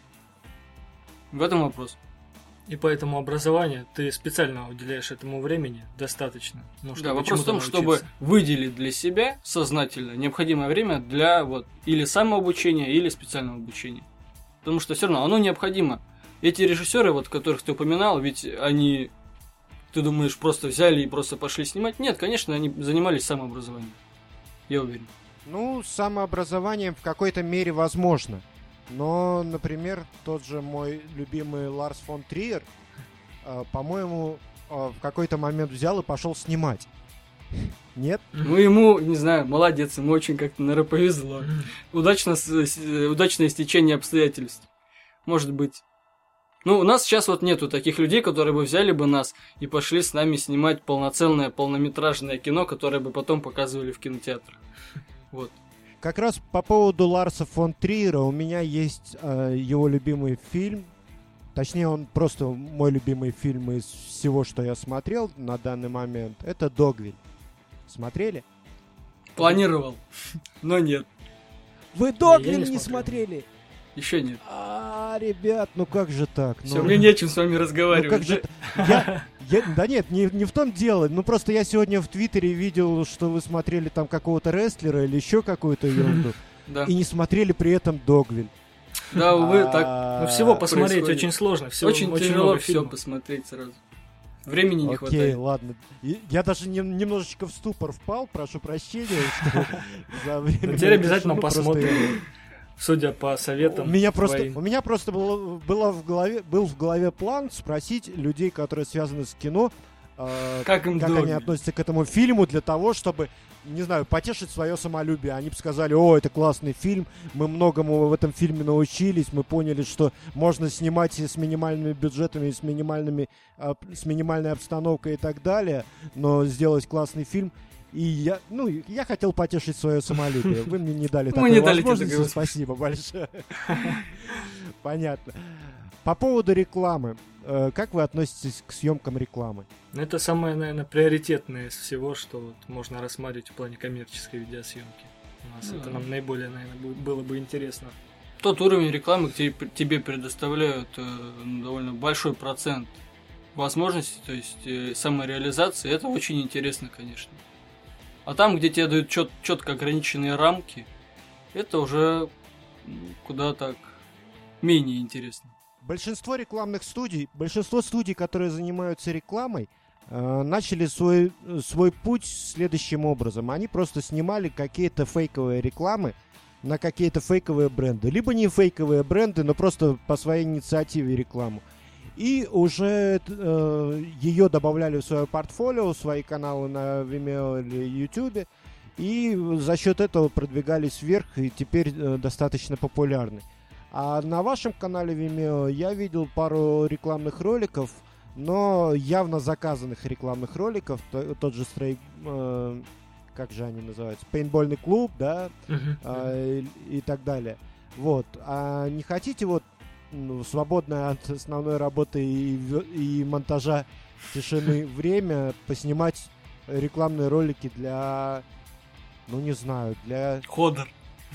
В этом вопрос. И поэтому образование ты специально уделяешь этому времени достаточно. Ну, да, вопрос в том, чтобы выделить для себя сознательно необходимое время для вот или самообучения, или специального обучения. Потому что все равно оно необходимо. Эти режиссеры, вот которых ты упоминал, ведь они, ты думаешь, просто взяли и просто пошли снимать? Нет, конечно, они занимались самообразованием. Я уверен. Ну, самообразованием в какой-то мере возможно. Но, например, тот же мой любимый Ларс фон Триер, по-моему, в какой-то момент взял и пошел снимать. Нет? Ну, ему, не знаю, молодец, ему очень как-то, наверное, повезло. Удачное стечение обстоятельств. Может быть. Ну, у нас сейчас вот нету таких людей, которые бы взяли бы нас и пошли с нами снимать полноценное, полнометражное кино, которое бы потом показывали в кинотеатрах. Вот. Как раз по поводу Ларса фон Триера у меня есть его любимый фильм. Точнее, он просто мой любимый фильм из всего, что я смотрел на данный момент. Это «Догвиль». Смотрели? Планировал, но нет. Вы «Догвиль» не смотрели? Еще нет. Ребят, ну как же так? Все, мне нечем с вами разговаривать. Ну как же да нет, не в том дело. Ну просто я сегодня в Твиттере видел, что вы смотрели там какого-то рестлера или еще какую-то ерунду. И не смотрели при этом «Догвиль». Да, увы, так. Но всего посмотреть очень сложно. Очень тяжело все посмотреть сразу. Времени не хватает. Окей, ладно. Я даже немножечко в ступор впал, прошу прощения, что за время... Теперь обязательно посмотрим. Судя по советам. У меня просто был в голове план спросить людей, которые связаны с кино, как они относятся к этому фильму, для того, чтобы, не знаю, потешить свое самолюбие. Они бы сказали: о, это классный фильм, мы многому в этом фильме научились, мы поняли, что можно снимать с минимальными бюджетами, с минимальной обстановкой и так далее, но сделать классный фильм. И я хотел потешить свое самолюбие. Вы мне не дали такой возможности. Спасибо большое. Понятно. По поводу рекламы. Как вы относитесь к съемкам рекламы? Это самое, наверное, приоритетное из всего, что вот можно рассматривать в плане коммерческой видеосъемки. У нас это нам наиболее, наверное, было бы интересно. Тот уровень рекламы, где тебе предоставляют довольно большой процент возможностей, то есть самореализации, это очень интересно, конечно. А там, где тебе дают четко ограниченные рамки, это уже куда так менее интересно. Большинство рекламных студий, которые занимаются рекламой, начали свой путь следующим образом. Они просто снимали какие-то фейковые рекламы на какие-то фейковые бренды. Либо не фейковые бренды, но просто по своей инициативе рекламу. И уже ее добавляли в свое портфолио, в свои каналы на Vimeo или YouTube. И за счет этого продвигались вверх и теперь достаточно популярны. А на вашем канале Vimeo я видел пару рекламных роликов, но явно заказанных рекламных роликов. Тот же как же они называются? Пейнтбольный клуб, да? И так далее. Вот. А не хотите свободное от основной работы и монтажа тишины время поснимать рекламные ролики для, не знаю, для... Ходор.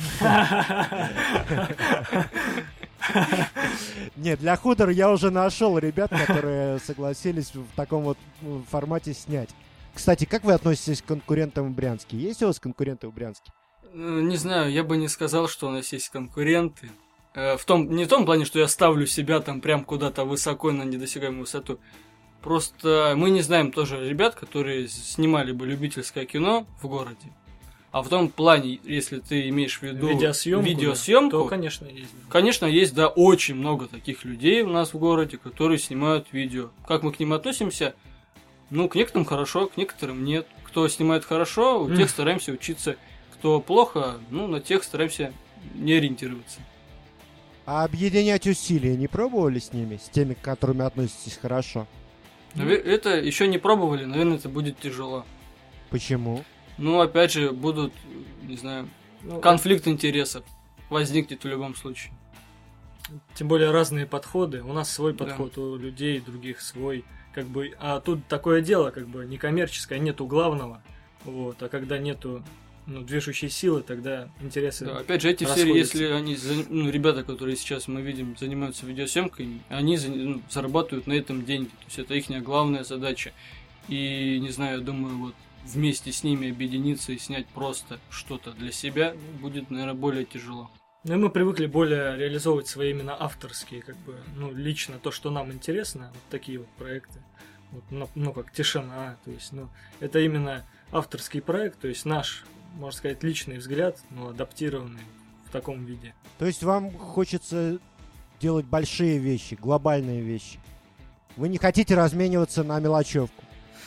Нет, для Ходор я уже нашел ребят, которые согласились в таком вот формате снять. Кстати, как вы относитесь к конкурентам в Брянске? Есть у вас конкуренты в Брянске? Не знаю, я бы не сказал, что у нас есть конкуренты. Не в том плане, что я ставлю себя там прям куда-то высоко на недосягаемую высоту. Просто мы не знаем тоже ребят, которые снимали бы любительское кино в городе. А в том плане, если ты имеешь в виду видеосъемку, то, конечно, есть. Конечно, есть, да, очень много таких людей у нас в городе, которые снимают видео. Как мы к ним относимся? Ну, к некоторым хорошо, к некоторым нет. Кто снимает хорошо, у тех стараемся учиться. Кто плохо, ну, на тех стараемся не ориентироваться. А объединять усилия не пробовали с ними, с теми, к которым относитесь хорошо? Это еще не пробовали, наверное, это будет тяжело. Почему? Ну, опять же, будут, не знаю, конфликт интересов возникнет в любом случае. Тем более разные подходы. У нас свой подход, у людей других свой. Как бы, а тут такое дело, как бы некоммерческое, нету главного. Вот, а когда нету движущей силы, тогда интересы. Да, опять же, эти все, если они, ребята, которые сейчас мы видим, занимаются видеосъемкой, они зарабатывают на этом деньги. То есть это их главная задача. И, не знаю, я думаю, вот вместе с ними объединиться и снять просто что-то для себя будет, наверное, более тяжело. Ну и мы привыкли более реализовывать свои именно авторские, как бы, лично то, что нам интересно, вот такие вот проекты. Вот, как «Тишина», то есть, это именно авторский проект, то есть наш, можно сказать, личный взгляд, адаптированный в таком виде. То есть вам хочется делать большие вещи, глобальные вещи? Вы не хотите размениваться на мелочевку?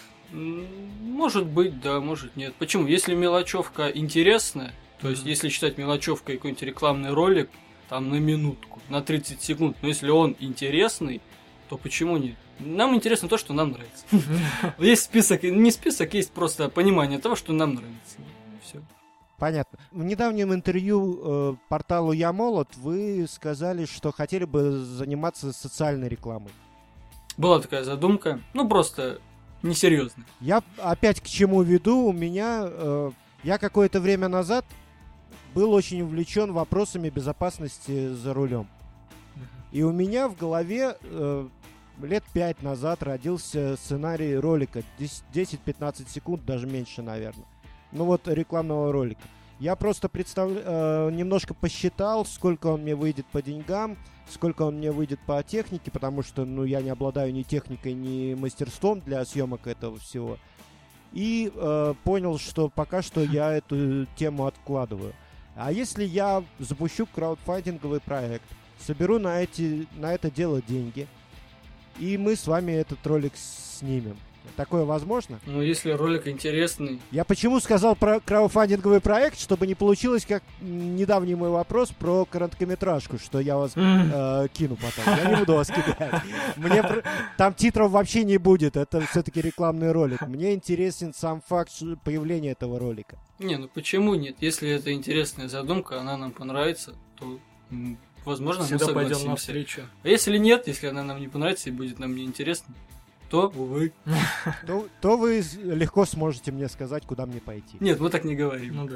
Может быть, да, может нет. Почему? Если мелочевка интересная, то есть если считать мелочевкой какой-нибудь рекламный ролик, там на минутку, на 30 секунд, но если он интересный, то почему нет? Нам интересно то, что нам нравится. Есть список, не список, есть просто понимание того, что нам нравится. Все. Понятно. В недавнем интервью порталу «Я молод» вы сказали, что хотели бы заниматься социальной рекламой. Была такая задумка, просто несерьезно. Я опять к чему веду? У меня... я какое-то время назад был очень увлечен вопросами безопасности за рулем. И у меня в голове лет 5 назад родился сценарий ролика. 10-15 секунд, даже меньше, наверное. Рекламного ролика. Я просто немножко посчитал, сколько он мне выйдет по деньгам, сколько он мне выйдет по технике, потому что, я не обладаю ни техникой, ни мастерством для съемок этого всего. И понял, что пока что я эту тему откладываю. А если я запущу краудфандинговый проект, соберу на это дело деньги, и мы с вами этот ролик снимем? Такое возможно? Если ролик интересный. Я почему сказал про краудфандинговый проект, чтобы не получилось, как недавний мой вопрос про короткометражку, что я вас кину потом. Я не буду вас кидать. Там титров вообще не будет, это все-таки рекламный ролик. Мне интересен сам факт появления этого ролика. Почему нет? Если это интересная задумка, она нам понравится, то, возможно, всегда мы согласимся. пойдем навстречу. А если нет, если она нам не понравится и будет нам неинтересна, то, увы. То вы легко сможете мне сказать, куда мне пойти. Нет, мы так не говорим.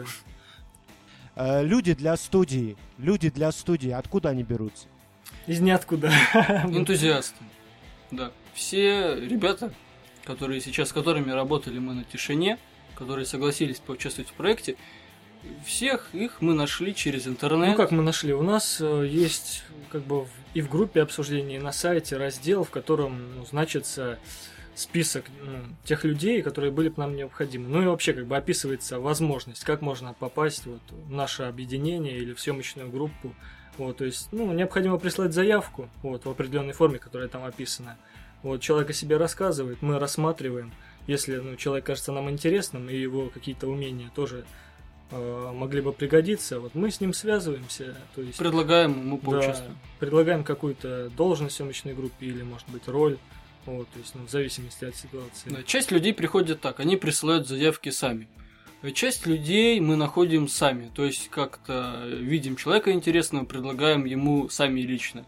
Да. Люди для студии, откуда они берутся? Из ниоткуда. Энтузиасты. Да. Все ребята, с которыми работали мы на «Тишине», которые согласились поучаствовать в проекте, всех их мы нашли через интернет. Как мы нашли? У нас есть и в группе обсуждений, и на сайте раздел, в котором значится список тех людей, которые были бы нам необходимы. И вообще описывается возможность, как можно попасть в наше объединение или в съемочную группу. То есть, необходимо прислать заявку в определенной форме, которая там описана. Человек о себе рассказывает, мы рассматриваем. Если человек кажется нам интересным, и его какие-то умения тоже могли бы пригодиться, мы с ним связываемся. То есть, предлагаем ему поучаствовать. Да, предлагаем какую-то должность в съемочной группе или, может быть, роль. То есть, в зависимости от ситуации. Да, часть людей приходит так, они присылают заявки сами. Часть людей мы находим сами, то есть как-то видим человека интересного, предлагаем ему сами лично.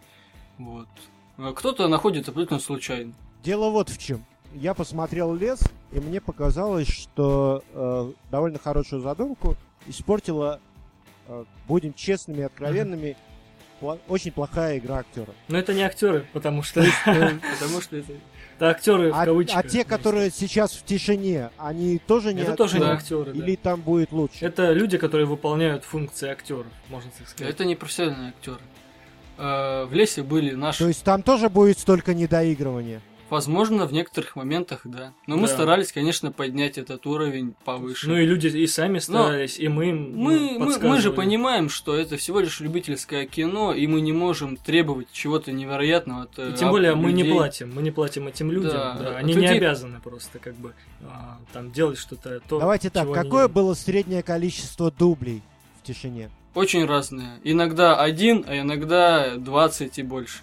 А кто-то находит абсолютно случайно. Дело вот в чем. Я посмотрел «Лес», и мне показалось, что довольно хорошую задумку испортила, будем честными и откровенными, очень плохая игра актеров. Но это не актеры, потому что это актеры в кавычках. А те, которые сейчас в «Тишине», они тоже не актеры? Это тоже не актеры. Или там будет лучше? Это люди, которые выполняют функции актеров, можно так сказать. Это не профессиональные актеры. В «Лесе» были наши. То есть там тоже будет столько недоигрывания? Возможно, в некоторых моментах, да. Но мы старались, конечно, поднять этот уровень повыше. Ну и люди и сами старались, и мы им мы же понимаем, что это всего лишь любительское кино, и мы не можем требовать чего-то невероятного от и тем более людей. мы не платим этим людям, Да. Они не обязаны просто как бы там делать что-то то. Давайте так, какое было среднее количество дублей в тишине? Очень разное. Иногда 1, а иногда 20 и больше.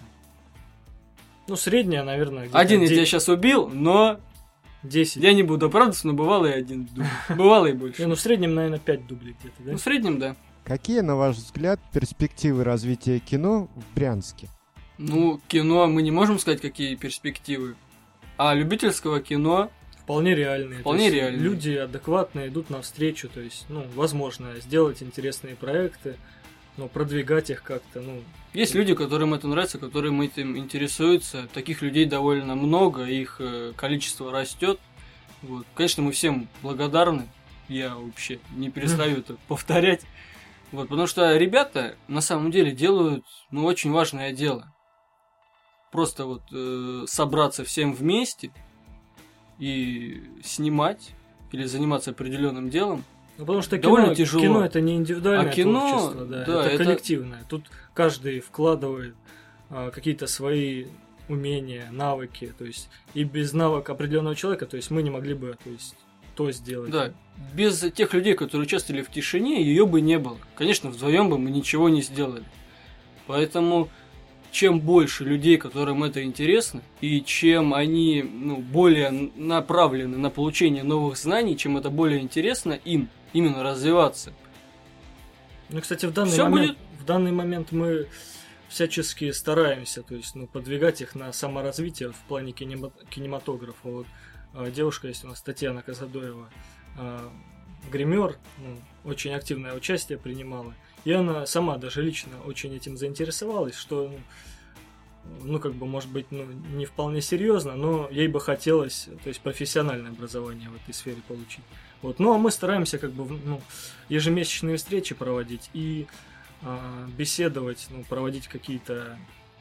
Ну, средняя, наверное, где-то 1 я тебя сейчас убил, но 10. я не буду оправдываться, но бывало и 1 дубль. Бывало и больше. Ну, в среднем, наверное, 5 дублей где-то, да? Ну, в среднем, да. Какие, на ваш взгляд, перспективы развития кино в Брянске? Ну, кино, мы не можем сказать, какие перспективы. А любительского кино... Вполне реальные. Вполне реальные. Люди адекватные идут навстречу, то есть, возможно, сделать интересные проекты, но продвигать их как-то, Есть люди, которым это нравится, которым этим интересуются. Таких людей довольно много, их количество растет. Вот. Конечно, мы всем благодарны. Я вообще не перестаю это повторять. Вот, потому что ребята на самом деле делают очень важное дело. Просто собраться всем вместе и снимать или заниматься определенным делом. Потому что довольно тяжело. Кино это не индивидуальное творчество, да, это коллективное. Тут каждый вкладывает какие-то свои умения, навыки, то есть и без навыка определенного человека, то есть мы не могли бы, то сделать. Да, без тех людей, которые участвовали в тишине, ее бы не было. Конечно, вдвоем бы мы ничего не сделали. Поэтому чем больше людей, которым это интересно, и чем они более направлены на получение новых знаний, чем это более интересно им именно развиваться. Ну, кстати, в данный момент мы всячески стараемся, то есть, подвигать их на саморазвитие в плане кинематографа. Вот девушка есть у нас, Татьяна Казадоева, гример, очень активное участие принимала. И она сама даже лично очень этим заинтересовалась, что, может быть, не вполне серьезно, но ей бы хотелось, то есть, профессиональное образование в этой сфере получить. Вот. Ну, а мы стараемся, ежемесячные встречи проводить и беседовать, проводить какие-то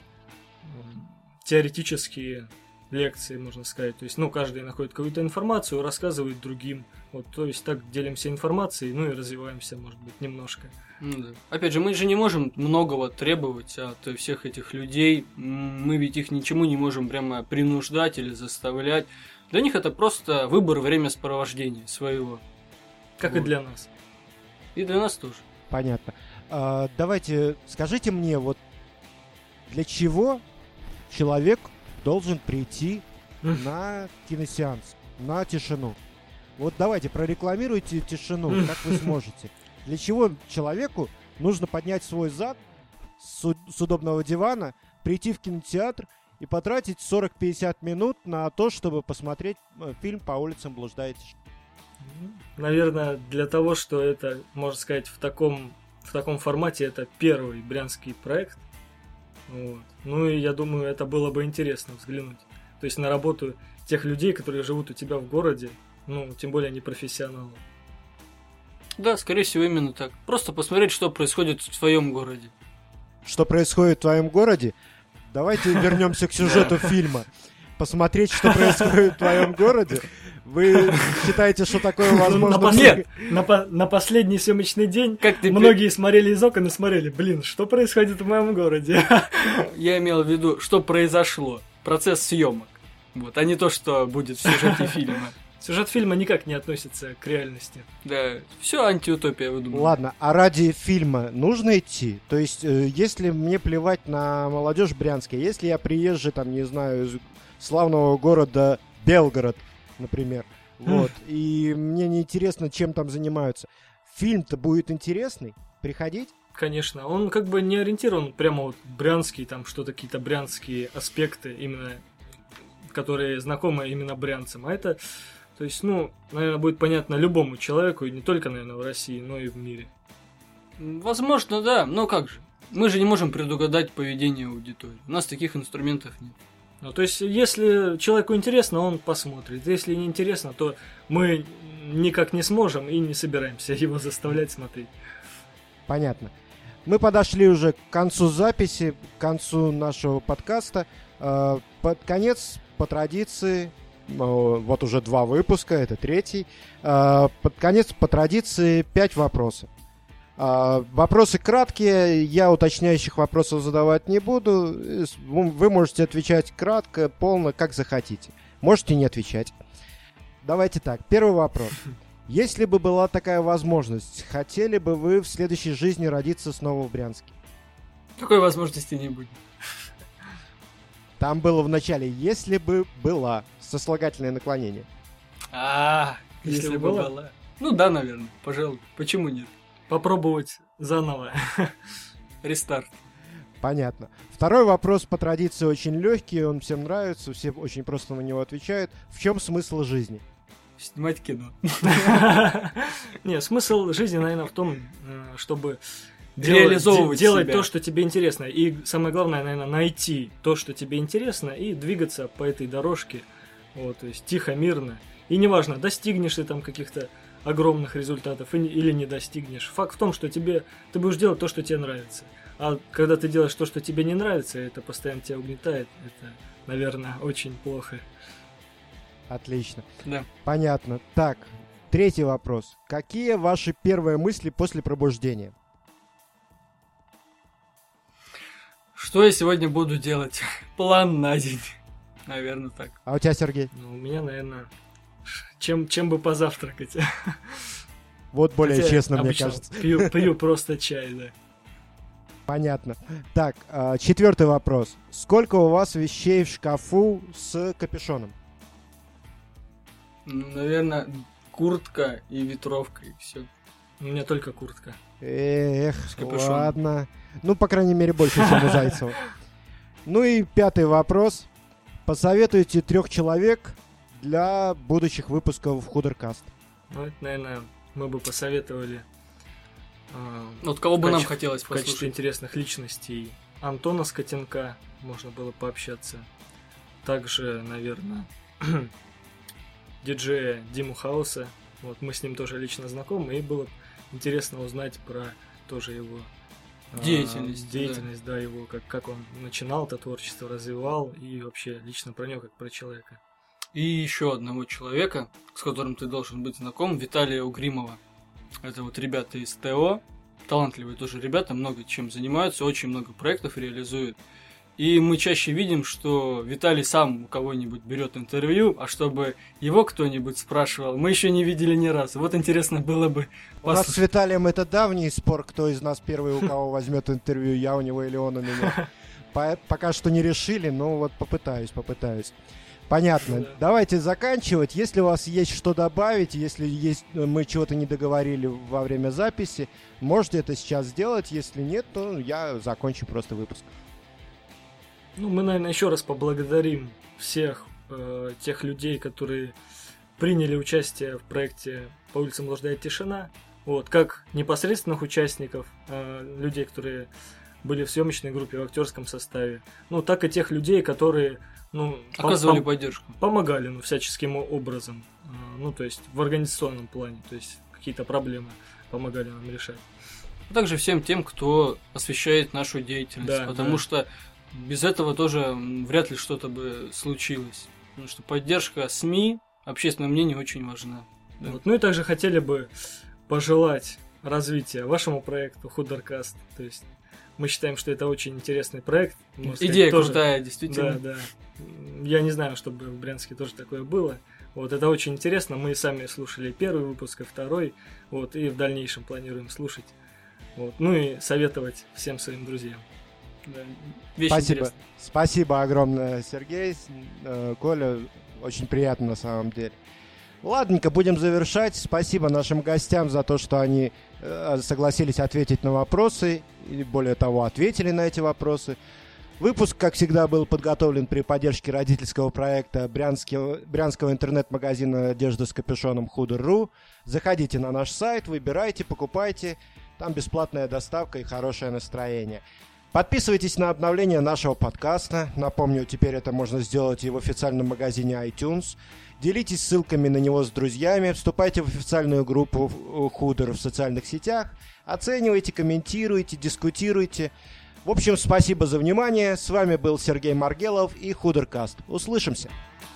теоретические лекции, можно сказать. То есть, каждый находит какую-то информацию, рассказывает другим. Вот, то есть, так делимся информацией, и развиваемся, может быть, немножко. Да. Опять же, мы же не можем многого требовать от всех этих людей. Мы ведь их ничему не можем прямо принуждать или заставлять. Для них это просто выбор времяпровождения своего. Как и для нас. И для нас тоже. Понятно. Давайте, скажите мне, для чего человек должен прийти на киносеанс, на тишину? Вот давайте, прорекламируйте тишину, как вы сможете. Для чего человеку нужно поднять свой зад с удобного дивана, прийти в кинотеатр и потратить 40-50 минут на то, чтобы посмотреть фильм «По улицам блуждает тишина»? Наверное, для того, что это, можно сказать, в таком формате это первый брянский проект. Вот. Ну и я думаю, это было бы интересно взглянуть. То есть на работу тех людей, которые живут у тебя в городе, тем более не профессионалы. Да, скорее всего, именно так. Просто посмотреть, что происходит в твоем городе. Что происходит в твоем городе? Давайте вернемся к сюжету фильма. Посмотреть, что происходит в твоем городе. Вы считаете, что такое возможно? Нет! На последний съемочный день многие смотрели из окон и смотрели, что происходит в моем городе? Я имел в виду, что произошло. Процесс съемок. Вот, а не то, что будет в сюжете фильма. Сюжет фильма никак не относится к реальности. Да, все антиутопия, я думаю. Ладно, а ради фильма нужно идти? То есть, если мне плевать на молодежь брянская, если я приезжий, не знаю, из славного города Белгород, например, и мне неинтересно, чем там занимаются, фильм-то будет интересный? Приходить? Конечно, он не ориентирован прямо брянский, что-то какие-то брянские аспекты, именно, которые знакомы именно брянцам, а это... То есть, наверное, будет понятно любому человеку, и не только, наверное, в России, но и в мире. Возможно, да, но как же? Мы же не можем предугадать поведение аудитории. У нас таких инструментов нет. То есть, если человеку интересно, он посмотрит. Если не интересно, то мы никак не сможем и не собираемся его заставлять смотреть. Понятно. Мы подошли уже к концу записи, к концу нашего подкаста. Под конец, по традиции, вот уже 2 выпуска, это 3-й. Под конец, по традиции, 5 вопросов. Вопросы краткие, я уточняющих вопросов задавать не буду. Вы можете отвечать кратко, полно, как захотите. Можете не отвечать. Давайте так, первый вопрос. Если бы была такая возможность, хотели бы вы в следующей жизни родиться снова в Брянске? Такой возможности не будет. Там было в начале «если бы была» сослагательное наклонение. Если бы была. Ну да, наверное, пожалуй. Почему нет? Попробовать заново. Рестарт. Понятно. Второй вопрос по традиции очень легкий, он всем нравится, все очень просто на него отвечают. В чем смысл жизни? Снимать кино. Не, смысл жизни, наверное, в том, чтобы реализовывать делать себя. то, что тебе интересно. И самое главное, наверное, найти то, что тебе интересно, и двигаться по этой дорожке. Вот, то есть тихо, мирно. И неважно, достигнешь ты там каких-то огромных результатов или не достигнешь. Факт в том, что ты будешь делать то, что тебе нравится. А когда ты делаешь то, что тебе не нравится, это постоянно тебя угнетает. Это, наверное, очень плохо. Отлично. Да. Понятно. Так, 3-й вопрос. Какие ваши первые мысли после пробуждения? Что я сегодня буду делать? План на день. Наверное, так. А у тебя, Сергей? Ну, у меня, наверное, чем бы позавтракать. Вот более Хотя честно, мне обычно кажется. Пью просто чай, да. Понятно. Так, 4-й вопрос. Сколько у вас вещей в шкафу с капюшоном? Наверное, куртка и ветровка, и все. У меня только куртка. Эх, С капюшоном. ладно. Ну, по крайней мере, больше, чем у Зайцева. Ну и 5-й вопрос. Посоветуйте 3 человек для будущих выпусков Худеркаст. Ну, это, наверное, мы бы посоветовали Вот кого бы в нам качестве- хотелось в качестве послушать? интересных личностей Антона Скотенка можно было пообщаться. Также, наверное, диджея Диму Хаоса. Вот мы с ним тоже лично знакомы, и было интересно узнать про тоже его Деятельность, да, его, как он начинал это творчество, развивал, и вообще лично про него, как про человека. И еще одного человека, с которым ты должен быть знаком, Виталия Угримова. Это вот ребята из ТО, талантливые тоже ребята, много чем занимаются, очень много проектов реализуют. И мы чаще видим, что Виталий сам у кого-нибудь берет интервью, а чтобы его кто-нибудь спрашивал, мы еще не видели ни разу. Вот интересно было бы У нас с послушать. Виталием это давний спор, кто из нас первый, у кого возьмет интервью, я у него или он у меня. Пока что не решили, но вот попытаюсь. Понятно. Да. Давайте заканчивать. Если у вас есть что добавить, если мы чего-то не договорили во время записи, можете это сейчас сделать. Если нет, то я закончу просто выпуск. Ну, мы, наверное, еще раз поблагодарим всех тех людей, которые приняли участие в проекте «По улицам блуждает тишина». Вот, как непосредственных участников, людей, которые были в съемочной группе, в актерском составе, ну, так и тех людей, которые, ну, Оказывали поддержку. помогали, ну, всяческим образом, ну, то есть в организационном плане, то есть какие-то проблемы помогали нам решать. А также всем тем, кто освещает нашу деятельность, Да, потому да. что без этого тоже вряд ли что-то бы случилось. Потому что поддержка СМИ, общественное мнение очень важна. Да. Вот. Ну и также хотели бы пожелать развития вашему проекту Худеркаст. То есть мы считаем, что это очень интересный проект. можно сказать, Идея тоже- крутая, действительно. Да, да. Я не знаю, чтобы в Брянске тоже такое было. Вот это очень интересно. Мы сами слушали первый выпуск и второй. Вот, и в дальнейшем планируем слушать. Вот. Ну и советовать всем своим друзьям. Да. Вещь Спасибо. интересная. Спасибо огромное, Сергей, Коля. Очень приятно на самом деле. Ладненько, будем завершать. Спасибо нашим гостям за то, что они согласились ответить на вопросы. И более того, ответили на эти вопросы. Выпуск, как всегда, был подготовлен при поддержке родительского проекта брянского интернет-магазина «Одежда с капюшоном» Худер.ру. Заходите на наш сайт, выбирайте, покупайте. Там бесплатная доставка и хорошее настроение. Подписывайтесь на обновления нашего подкаста. Напомню, теперь это можно сделать и в официальном магазине iTunes. Делитесь ссылками на него с друзьями, вступайте в официальную группу Худер в социальных сетях, оценивайте, комментируйте, дискутируйте. В общем, спасибо за внимание. С вами был Сергей Маргелов и Худеркаст. Услышимся!